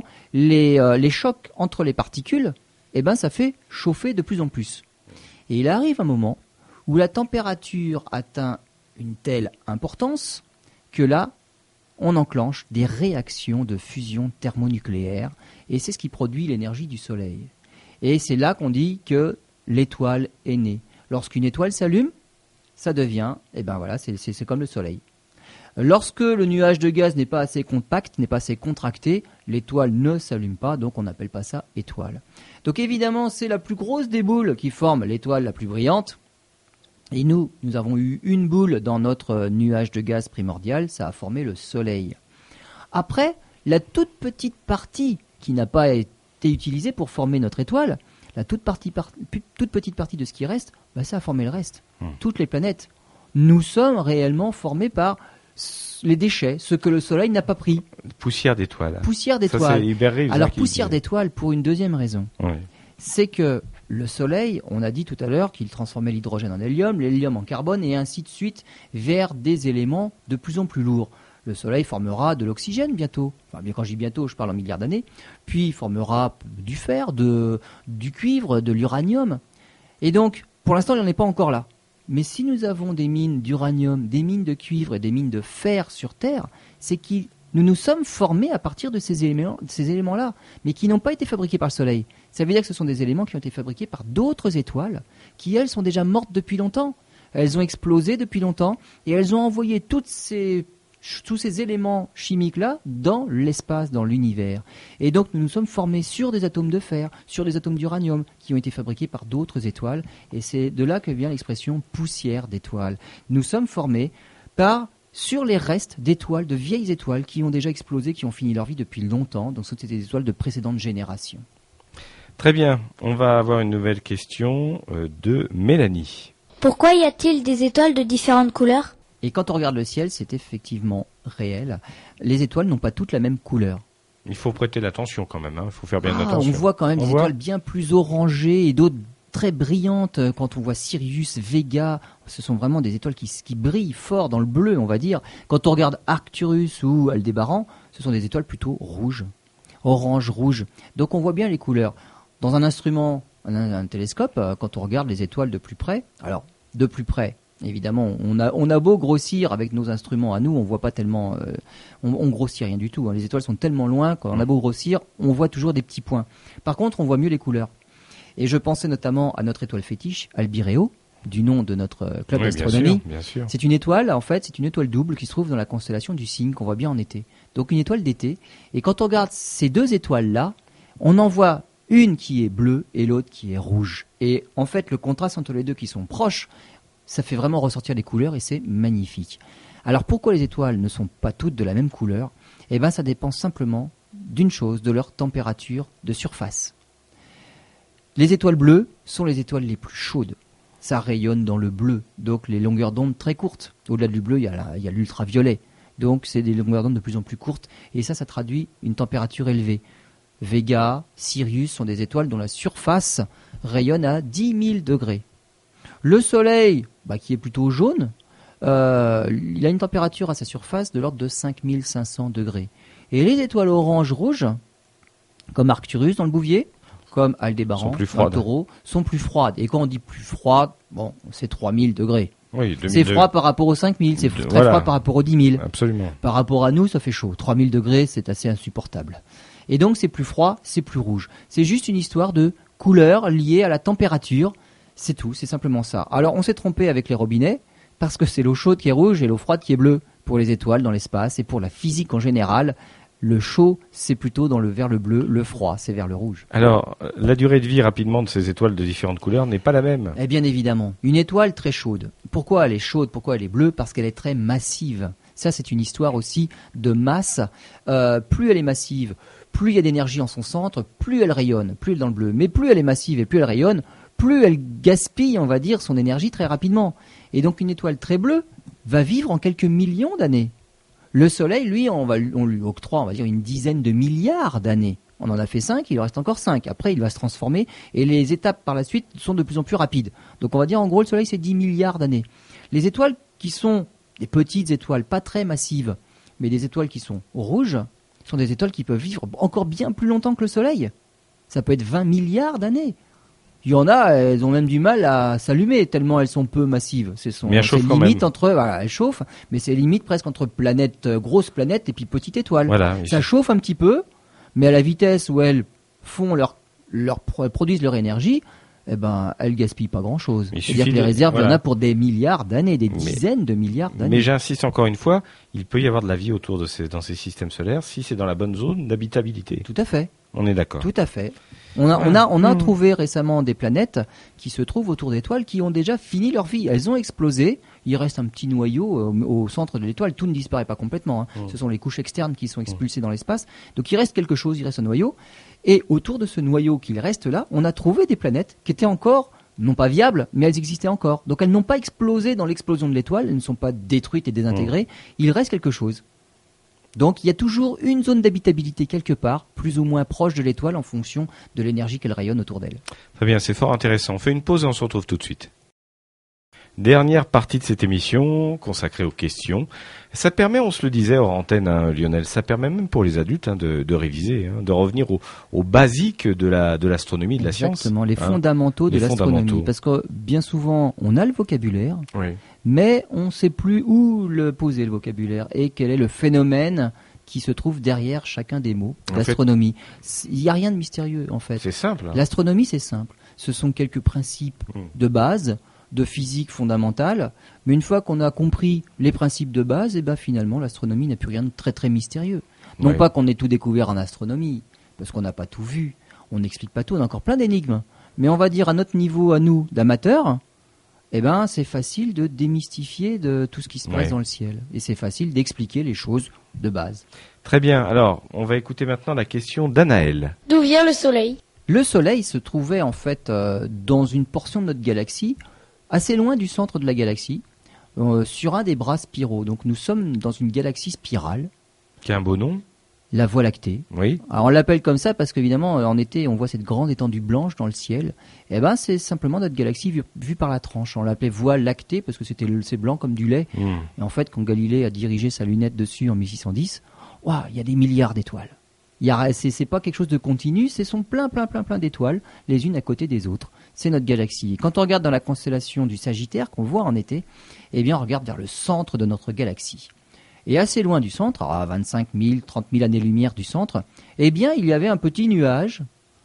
les chocs entre les particules, eh ben, ça fait chauffer de plus en plus. Et il arrive un moment où la température atteint une telle importance que là, on enclenche des réactions de fusion thermonucléaire, et c'est ce qui produit l'énergie du Soleil. Et c'est là qu'on dit que l'étoile est née. Lorsqu'une étoile s'allume, ça devient, eh ben voilà, c'est comme le Soleil. Lorsque le nuage de gaz n'est pas assez compact, n'est pas assez contracté, l'étoile ne s'allume pas, donc on n'appelle pas ça étoile. Donc évidemment, c'est la plus grosse des boules qui forme l'étoile la plus brillante. Et nous avons eu une boule dans notre nuage de gaz primordial, ça a formé le Soleil. Après, la toute petite partie qui n'a pas été utilisée pour former notre étoile, la toute petite partie de ce qui reste, bah ça a formé le reste. Toutes les planètes. Nous sommes réellement formés par les déchets, ce que le Soleil n'a pas pris. Poussière d'étoile. Poussière d'étoile. Ça, c'est Hubert Reeves, alors, poussière d'étoile pour une deuxième raison. Oui. C'est que le Soleil, on a dit tout à l'heure qu'il transformait l'hydrogène en hélium, l'hélium en carbone, et ainsi de suite, vers des éléments de plus en plus lourds. Le Soleil formera de l'oxygène bientôt. Enfin, bien quand je dis bientôt, je parle en milliards d'années. Puis il formera du fer, du cuivre, de l'uranium. Et donc, pour l'instant, il n'en est pas encore là. Mais si nous avons des mines d'uranium, des mines de cuivre et des mines de fer sur Terre, c'est que nous nous sommes formés à partir de ces éléments-là, mais qui n'ont pas été fabriqués par le Soleil. Ça veut dire que ce sont des éléments qui ont été fabriqués par d'autres étoiles, qui elles sont déjà mortes depuis longtemps. Elles ont explosé depuis longtemps, et elles ont envoyé tous ces éléments chimiques-là dans l'espace, dans l'univers. Et donc nous nous sommes formés sur des atomes de fer, sur des atomes d'uranium, qui ont été fabriqués par d'autres étoiles, et c'est de là que vient l'expression poussière d'étoiles. Nous sommes formés sur les restes d'étoiles, de vieilles étoiles qui ont déjà explosé, qui ont fini leur vie depuis longtemps, donc c'était des étoiles de précédentes générations. Très bien, on va avoir une nouvelle question de Mélanie. Pourquoi y a-t-il des étoiles de différentes couleurs ? Et quand on regarde le ciel, c'est effectivement réel. Les étoiles n'ont pas toutes la même couleur. Il faut prêter l'attention quand même, il faut faire bien attention. On voit quand même des étoiles bien plus orangées et d'autres très brillantes. Quand on voit Sirius, Vega, ce sont vraiment des étoiles qui brillent fort dans le bleu, on va dire. Quand on regarde Arcturus ou Aldébaran, ce sont des étoiles plutôt rouges, orange, rouge. Donc on voit bien les couleurs. Dans un instrument, un télescope, quand on regarde les étoiles de plus près, alors de plus près, évidemment, on a beau grossir avec nos instruments à nous, on voit pas tellement, on grossit rien du tout. Les étoiles sont tellement loin, quand on a beau grossir, on voit toujours des petits points. Par contre, on voit mieux les couleurs. Et je pensais notamment à notre étoile fétiche, Albireo, du nom de notre club d'astronomie. Bien sûr. C'est une étoile, en fait, c'est une étoile double qui se trouve dans la constellation du Cygne qu'on voit bien en été. Donc une étoile d'été. Et quand on regarde ces deux étoiles-là, on en voit une qui est bleue et l'autre qui est rouge. Et en fait, le contraste entre les deux qui sont proches, ça fait vraiment ressortir les couleurs et c'est magnifique. Alors pourquoi les étoiles ne sont pas toutes de la même couleur ? Eh bien, ça dépend simplement d'une chose, de leur température de surface. Les étoiles bleues sont les étoiles les plus chaudes. Ça rayonne dans le bleu, donc les longueurs d'onde très courtes. Au-delà du bleu, il y a l'ultraviolet. Donc c'est des longueurs d'onde de plus en plus courtes et ça traduit une température élevée. Vega, Sirius sont des étoiles dont la surface rayonne à 10 000 degrés. Le Soleil, qui est plutôt jaune, il a une température à sa surface de l'ordre de 5500 degrés. Et les étoiles orange-rouge, comme Arcturus dans le Bouvier, comme Aldébaran dans le Taureau, sont plus froides. Et quand on dit plus froide, c'est 3000 degrés. Oui, c'est froid par rapport aux 5000, c'est très froid par rapport aux 10 000. Absolument. Par rapport à nous, ça fait chaud. 3000 degrés, c'est assez insupportable. Et donc c'est plus froid, c'est plus rouge. C'est juste une histoire de couleur liée à la température. C'est tout, c'est simplement ça. Alors on s'est trompé avec les robinets, parce que c'est l'eau chaude qui est rouge et l'eau froide qui est bleue pour les étoiles dans l'espace et pour la physique en général. Le chaud, c'est plutôt vers le bleu, le froid, c'est vers le rouge. Alors, la durée de vie rapidement de ces étoiles de différentes couleurs n'est pas la même. Eh bien évidemment, une étoile très chaude. Pourquoi elle est chaude ? Pourquoi elle est bleue ? Parce qu'elle est très massive. Ça, c'est une histoire aussi de masse. Plus elle est massive, plus il y a d'énergie en son centre, plus elle rayonne, plus elle est dans le bleu. Mais plus elle est massive et plus elle rayonne, plus elle gaspille, on va dire, son énergie très rapidement. Et donc une étoile très bleue va vivre en quelques millions d'années. Le Soleil, lui, on lui octroie, on va dire, une dizaine de milliards d'années. On en a fait 5, il en reste encore 5. Après, il va se transformer et les étapes par la suite sont de plus en plus rapides. Donc on va dire, en gros, le Soleil, c'est 10 milliards d'années. Les étoiles qui sont des petites étoiles, pas très massives, mais des étoiles qui sont rouges, sont des étoiles qui peuvent vivre encore bien plus longtemps que le Soleil. Ça peut être 20 milliards d'années. Il y en a, elles ont même du mal à s'allumer tellement elles sont peu massives. Mais elles chauffent quand même. Elles chauffent, mais c'est limite presque entre grosses planètes et puis petites étoiles. Voilà, ça chauffe un petit peu, mais à la vitesse où elles produisent leur énergie, elles gaspillent pas grand chose. C'est-à-dire que les réserves, il y en a pour des milliards d'années, des dizaines de milliards d'années. Mais j'insiste encore une fois, il peut y avoir de la vie autour dans ces systèmes solaires si c'est dans la bonne zone d'habitabilité. Tout à fait. On est d'accord. Tout à fait. On a trouvé récemment des planètes qui se trouvent autour d'étoiles qui ont déjà fini leur vie. Elles ont explosé. Il reste un petit noyau au centre de l'étoile. Tout ne disparaît pas complètement. Ce sont les couches externes qui sont expulsées dans l'espace. Donc il reste quelque chose, il reste un noyau. Et autour de ce noyau qu'il reste là, on a trouvé des planètes qui étaient encore, non pas viables, mais elles existaient encore. Donc elles n'ont pas explosé dans l'explosion de l'étoile. Elles ne sont pas détruites et désintégrées. Il reste quelque chose. Donc il y a toujours une zone d'habitabilité quelque part, plus ou moins proche de l'étoile en fonction de l'énergie qu'elle rayonne autour d'elle. Très bien, c'est fort intéressant. On fait une pause et on se retrouve tout de suite. Dernière partie de cette émission consacrée aux questions. Ça permet, on se le disait hors antenne, hein, Lionel, ça permet même pour les adultes de réviser, de revenir aux basiques de l'astronomie et de la science. Exactement, les fondamentaux de l'astronomie. Parce que bien souvent, on a le vocabulaire, mais on ne sait plus où le poser, le vocabulaire, et quel est le phénomène qui se trouve derrière chacun des mots d'astronomie. Il n'y a rien de mystérieux, en fait. C'est simple. L'astronomie, c'est simple. Ce sont quelques principes de base, de physique fondamentale, mais une fois qu'on a compris les principes de base, finalement, l'astronomie n'a plus rien de très très mystérieux. Non pas qu'on ait tout découvert en astronomie, parce qu'on n'a pas tout vu, on n'explique pas tout, on a encore plein d'énigmes. Mais on va dire à notre niveau, à nous, d'amateurs, c'est facile de démystifier de tout ce qui se passe dans le ciel. Et c'est facile d'expliquer les choses de base. Très bien. Alors, on va écouter maintenant la question d'Anaël. D'où vient le Soleil ? Le Soleil se trouvait en fait dans une portion de notre galaxie, assez loin du centre de la galaxie, sur un des bras spiraux. Donc nous sommes dans une galaxie spirale. Qui a un beau nom ? La Voie lactée. Oui. Alors on l'appelle comme ça parce qu'évidemment en été on voit cette grande étendue blanche dans le ciel. C'est simplement notre galaxie vue par la tranche. On l'appelait Voie lactée parce que c'est blanc comme du lait. Et en fait quand Galilée a dirigé sa lunette dessus en 1610, il y a des milliards d'étoiles. C'est pas quelque chose de continu, ce sont plein d'étoiles, les unes à côté des autres. C'est notre galaxie. Et quand on regarde dans la constellation du Sagittaire qu'on voit en été, on regarde vers le centre de notre galaxie. Et assez loin du centre, à 25 000, 30 000 années-lumière du centre, il y avait un petit nuage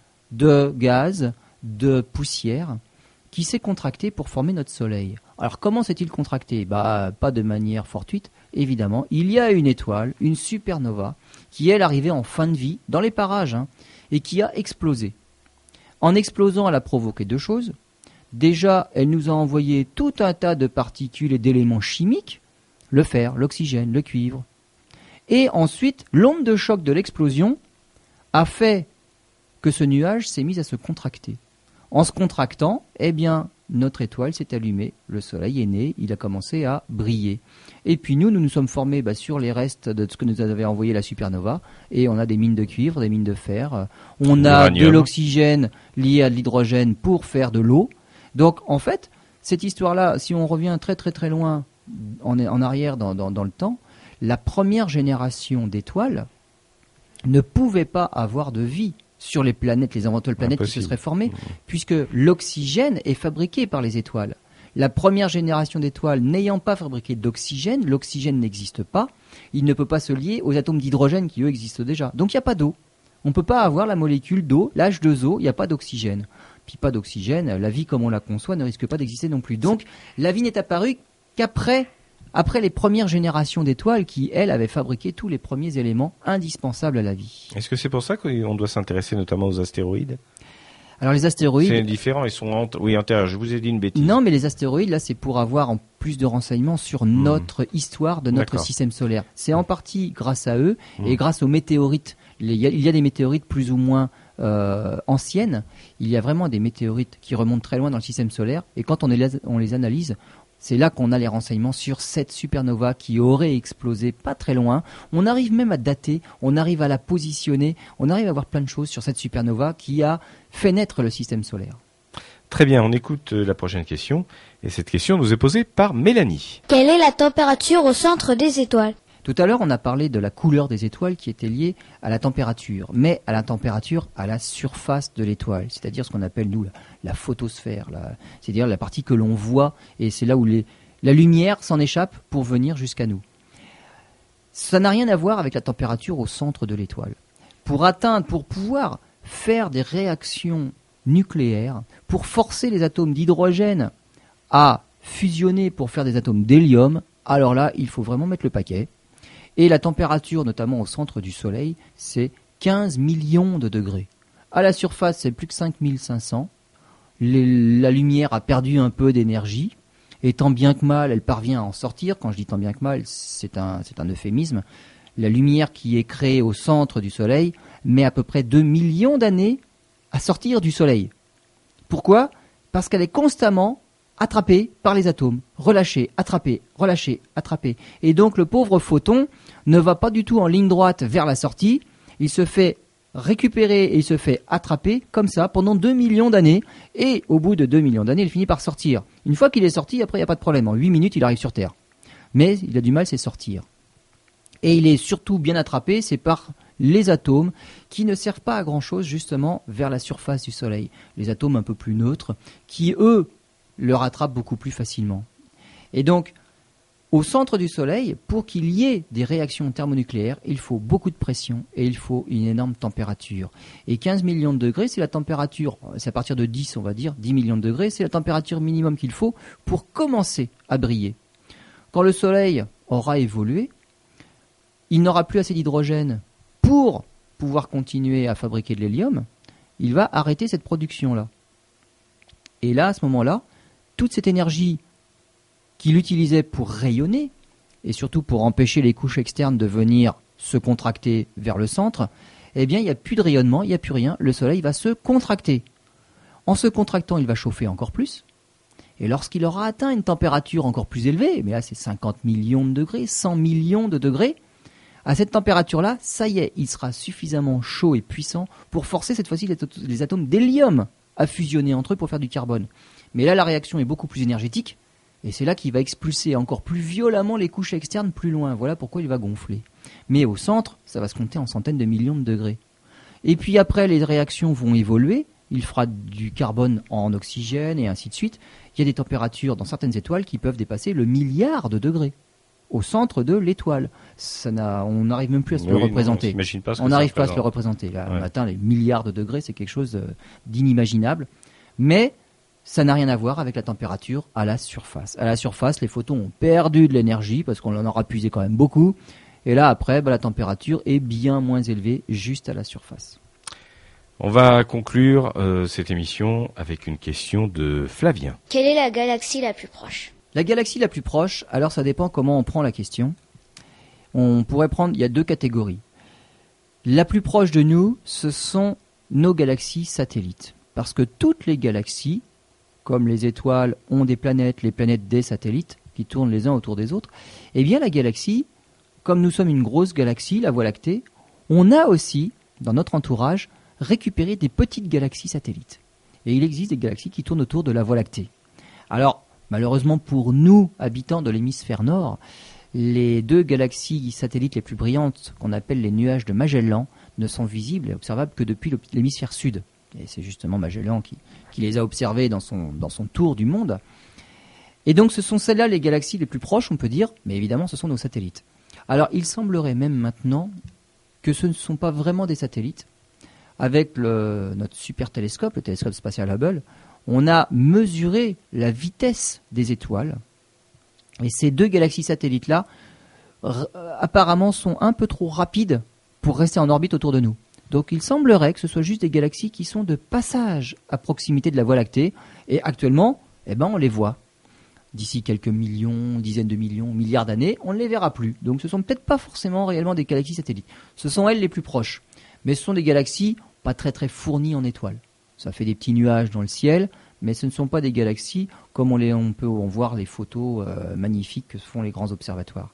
de gaz, de poussière, qui s'est contracté pour former notre Soleil. Alors comment s'est-il contracté ? Pas de manière fortuite, évidemment. Il y a une étoile, une supernova, qui elle arrivait en fin de vie, dans les parages, et qui a explosé. En explosant, elle a provoqué deux choses. Déjà, elle nous a envoyé tout un tas de particules et d'éléments chimiques, le fer, l'oxygène, le cuivre. Et ensuite, l'onde de choc de l'explosion a fait que ce nuage s'est mis à se contracter. En se contractant, notre étoile s'est allumée, le Soleil est né, il a commencé à briller. Et puis nous sommes formés sur les restes de ce que nous avait envoyé la supernova, et on a des mines de cuivre, des mines de fer, on a de l'oxygène lié à de l'hydrogène pour faire de l'eau. Donc en fait, cette histoire-là, si on revient très très très loin en arrière dans le temps, la première génération d'étoiles ne pouvait pas avoir de vie sur les planètes, les éventuelles planètes qui se seraient formées, puisque l'oxygène est fabriqué par les étoiles. La première génération d'étoiles n'ayant pas fabriqué d'oxygène, l'oxygène n'existe pas, il ne peut pas se lier aux atomes d'hydrogène qui eux existent déjà. Donc il n'y a pas d'eau. On ne peut pas avoir la molécule d'eau, l'H2O, il n'y a pas d'oxygène. Puis pas d'oxygène, la vie comme on la conçoit ne risque pas d'exister non plus. Donc la vie n'est apparue qu'après les premières générations d'étoiles qui, elles, avaient fabriqué tous les premiers éléments indispensables à la vie. Est-ce que c'est pour ça qu'on doit s'intéresser notamment aux astéroïdes ? Alors les astéroïdes... C'est différent, ils sont antérieurs, je vous ai dit une bêtise. Non, mais les astéroïdes, là, c'est pour avoir en plus de renseignements sur notre histoire de notre système solaire. C'est en partie grâce à eux et grâce aux météorites. Il y a des météorites plus ou moins anciennes. Il y a vraiment des météorites qui remontent très loin dans le système solaire. Et quand on les analyse, c'est là qu'on a les renseignements sur cette supernova qui aurait explosé pas très loin. On arrive même à dater, on arrive à la positionner, on arrive à voir plein de choses sur cette supernova qui a fait naître le système solaire. Très bien, on écoute la prochaine question. Et cette question nous est posée par Mélanie. Quelle est la température au centre des étoiles ? Tout à l'heure, on a parlé de la couleur des étoiles qui était liée à la température, mais à la température à la surface de l'étoile, c'est-à-dire ce qu'on appelle, nous, la photosphère, c'est-à-dire la partie que l'on voit, et c'est là où la lumière s'en échappe pour venir jusqu'à nous. Ça n'a rien à voir avec la température au centre de l'étoile. Pour pouvoir faire des réactions nucléaires, pour forcer les atomes d'hydrogène à fusionner pour faire des atomes d'hélium, alors là, il faut vraiment mettre le paquet. Et la température, notamment au centre du Soleil, c'est 15 millions de degrés. À la surface, c'est plus que 5500. La lumière a perdu un peu d'énergie. Et tant bien que mal, elle parvient à en sortir. Quand je dis tant bien que mal, c'est un euphémisme. La lumière qui est créée au centre du Soleil met à peu près 2 millions d'années à sortir du Soleil. Pourquoi ? Parce qu'elle est constamment attrapé par les atomes, relâché, attrapé, relâché, attrapé. Et donc le pauvre photon ne va pas du tout en ligne droite vers la sortie, il se fait récupéré et il se fait attraper comme ça pendant 2 millions d'années. Et au bout de 2 millions d'années, il finit par sortir. Une fois qu'il est sorti, après, il n'y a pas de problème. En 8 minutes, il arrive sur Terre. Mais il a du mal, c'est sortir. Et il est surtout bien attrapé, c'est par les atomes qui ne servent pas à grand-chose justement vers la surface du Soleil. Les atomes un peu plus neutres qui, eux, le rattrapent beaucoup plus facilement. Et donc, au centre du Soleil, pour qu'il y ait des réactions thermonucléaires, il faut beaucoup de pression et il faut une énorme température. Et 15 millions de degrés, c'est la température, c'est à partir de 10, on va dire, 10 millions de degrés, c'est la température minimum qu'il faut pour commencer à briller. Quand le Soleil aura évolué, il n'aura plus assez d'hydrogène pour pouvoir continuer à fabriquer de l'hélium, il va arrêter cette production-là. Et là, à ce moment-là, toute cette énergie qu'il utilisait pour rayonner, et surtout pour empêcher les couches externes de venir se contracter vers le centre, eh bien, il n'y a plus de rayonnement, il n'y a plus rien, le Soleil va se contracter. En se contractant, il va chauffer encore plus, et lorsqu'il aura atteint une température encore plus élevée, mais là c'est 50 millions de degrés, 100 millions de degrés, à cette température-là, ça y est, il sera suffisamment chaud et puissant pour forcer cette fois-ci les atomes d'hélium à fusionner entre eux pour faire du carbone. Mais là, la réaction est beaucoup plus énergétique, et c'est là qu'il va expulser encore plus violemment les couches externes plus loin. Voilà pourquoi il va gonfler. Mais au centre, ça va se compter en centaines de millions de degrés. Et puis après, les réactions vont évoluer. Il fera du carbone en oxygène et ainsi de suite. Il y a des températures dans certaines étoiles qui peuvent dépasser le milliard de degrés au centre de l'étoile. On n'arrive même plus à se le représenter. On n'arrive pas à se le représenter. Là, on atteint les milliards de degrés, c'est quelque chose d'inimaginable. Mais ça n'a rien à voir avec la température à la surface. À la surface, les photons ont perdu de l'énergie parce qu'on en aura puisé quand même beaucoup. Et là, après, la température est bien moins élevée juste à la surface. On va conclure cette émission avec une question de Flavien. Quelle est la galaxie la plus proche ? La galaxie la plus proche, alors ça dépend comment on prend la question. On pourrait prendre, il y a 2 catégories. La plus proche de nous, ce sont nos galaxies satellites. Parce que toutes les galaxies, comme les étoiles ont des planètes, les planètes des satellites, qui tournent les uns autour des autres, eh bien la galaxie, comme nous sommes une grosse galaxie, la Voie lactée, on a aussi, dans notre entourage, récupéré des petites galaxies satellites. Et il existe des galaxies qui tournent autour de la Voie lactée. Alors, malheureusement pour nous, habitants de l'hémisphère nord, les 2 galaxies satellites les plus brillantes, qu'on appelle les nuages de Magellan, ne sont visibles et observables que depuis l'hémisphère sud. Et c'est justement Magellan qui les a observées dans son tour du monde. Et donc ce sont celles-là les galaxies les plus proches, on peut dire, mais évidemment ce sont nos satellites. Alors il semblerait même maintenant que ce ne sont pas vraiment des satellites. Avec notre super télescope, le télescope spatial Hubble, on a mesuré la vitesse des étoiles. Et ces 2 galaxies satellites-là, apparemment, sont un peu trop rapides pour rester en orbite autour de nous. Donc il semblerait que ce soit juste des galaxies qui sont de passage à proximité de la Voie lactée. Et actuellement, on les voit. D'ici quelques millions, dizaines de millions, milliards d'années, on ne les verra plus. Donc ce ne sont peut-être pas forcément réellement des galaxies satellites. Ce sont elles les plus proches. Mais ce sont des galaxies pas très très fournies en étoiles. Ça fait des petits nuages dans le ciel, mais ce ne sont pas des galaxies comme on peut en voir les photos magnifiques que font les grands observatoires.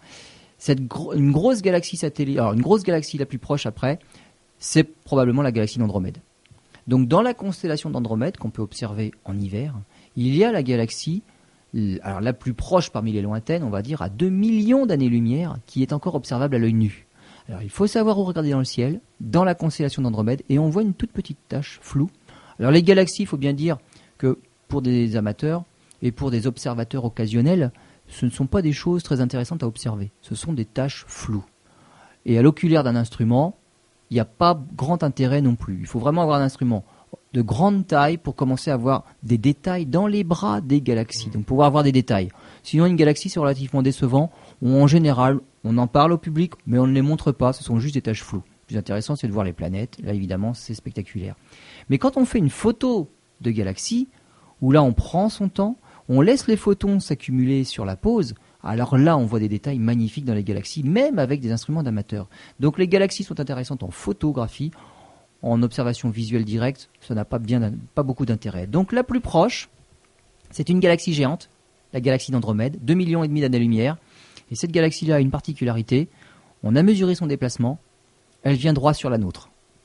Une grosse galaxie satellite, alors une grosse galaxie la plus proche après, c'est probablement la galaxie d'Andromède. Donc dans la constellation d'Andromède qu'on peut observer en hiver, il y a la galaxie, alors la plus proche parmi les lointaines, on va dire à 2 millions d'années-lumière, qui est encore observable à l'œil nu. Alors il faut savoir où regarder dans le ciel, dans la constellation d'Andromède, et on voit une toute petite tache floue. Alors les galaxies, il faut bien dire que pour des amateurs et pour des observateurs occasionnels, ce ne sont pas des choses très intéressantes à observer. Ce sont des taches floues. Et à l'oculaire d'un instrument, il n'y a pas grand intérêt non plus. Il faut vraiment avoir un instrument de grande taille pour commencer à voir des détails dans les bras des galaxies. Donc pouvoir avoir des détails. Sinon, une galaxie, c'est relativement décevant. En général, on en parle au public, mais on ne les montre pas. Ce sont juste des taches floues. Le plus intéressant, c'est de voir les planètes. Là, évidemment, c'est spectaculaire. Mais quand on fait une photo de galaxie, où là, on prend son temps, on laisse les photons s'accumuler sur la pose, alors là, on voit des détails magnifiques dans les galaxies, même avec des instruments d'amateurs. Donc les galaxies sont intéressantes en photographie, en observation visuelle directe, ça n'a pas beaucoup d'intérêt. Donc la plus proche, c'est une galaxie géante, la galaxie d'Andromède, 2,5 millions d'années-lumière. Et cette galaxie-là a une particularité, on a mesuré son déplacement, elle vient droit sur la nôtre.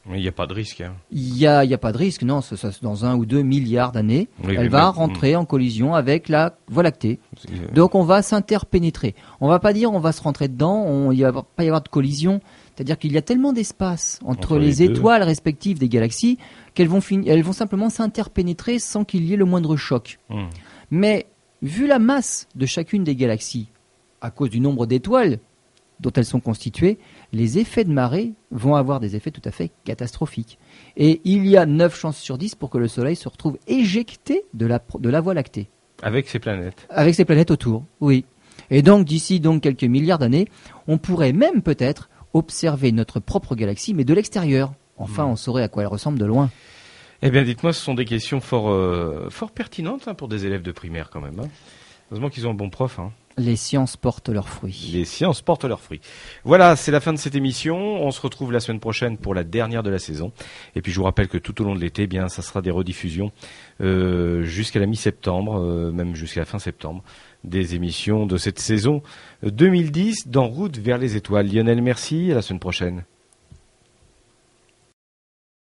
Mais il n'y a pas de risque. Hein. Il y a pas de risque, non. Dans 1 ou 2 milliards d'années, Oui, elle va rentrer en collision avec la Voie lactée. Donc on va s'interpénétrer. On va pas dire on va se rentrer dedans. Il va pas y avoir de collision. C'est-à-dire qu'il y a tellement d'espace entre les étoiles respectives des galaxies qu'elles vont simplement s'interpénétrer sans qu'il y ait le moindre choc. Mais vu la masse de chacune des galaxies, à cause du nombre d'étoiles dont elles sont constituées, les effets de marée vont avoir des effets tout à fait catastrophiques. Et il y a 9 chances sur 10 pour que le Soleil se retrouve éjecté de la Voie lactée. Avec ses planètes. Avec ses planètes autour, oui. Et donc d'ici quelques milliards d'années, on pourrait même peut-être observer notre propre galaxie, mais de l'extérieur. Enfin, on saurait à quoi elle ressemble de loin. Eh bien, dites-moi, ce sont des questions fort pertinentes pour des élèves de primaire quand même. Hein. Heureusement qu'ils ont un bon prof. Hein. Les sciences portent leurs fruits. Les sciences portent leurs fruits. Voilà, c'est la fin de cette émission. On se retrouve la semaine prochaine pour la dernière de la saison. Et puis je vous rappelle que tout au long de l'été, ça sera des rediffusions jusqu'à la mi-septembre, même jusqu'à la fin septembre, des émissions de cette saison 2010 d'En route vers les étoiles. Lionel, merci. À la semaine prochaine.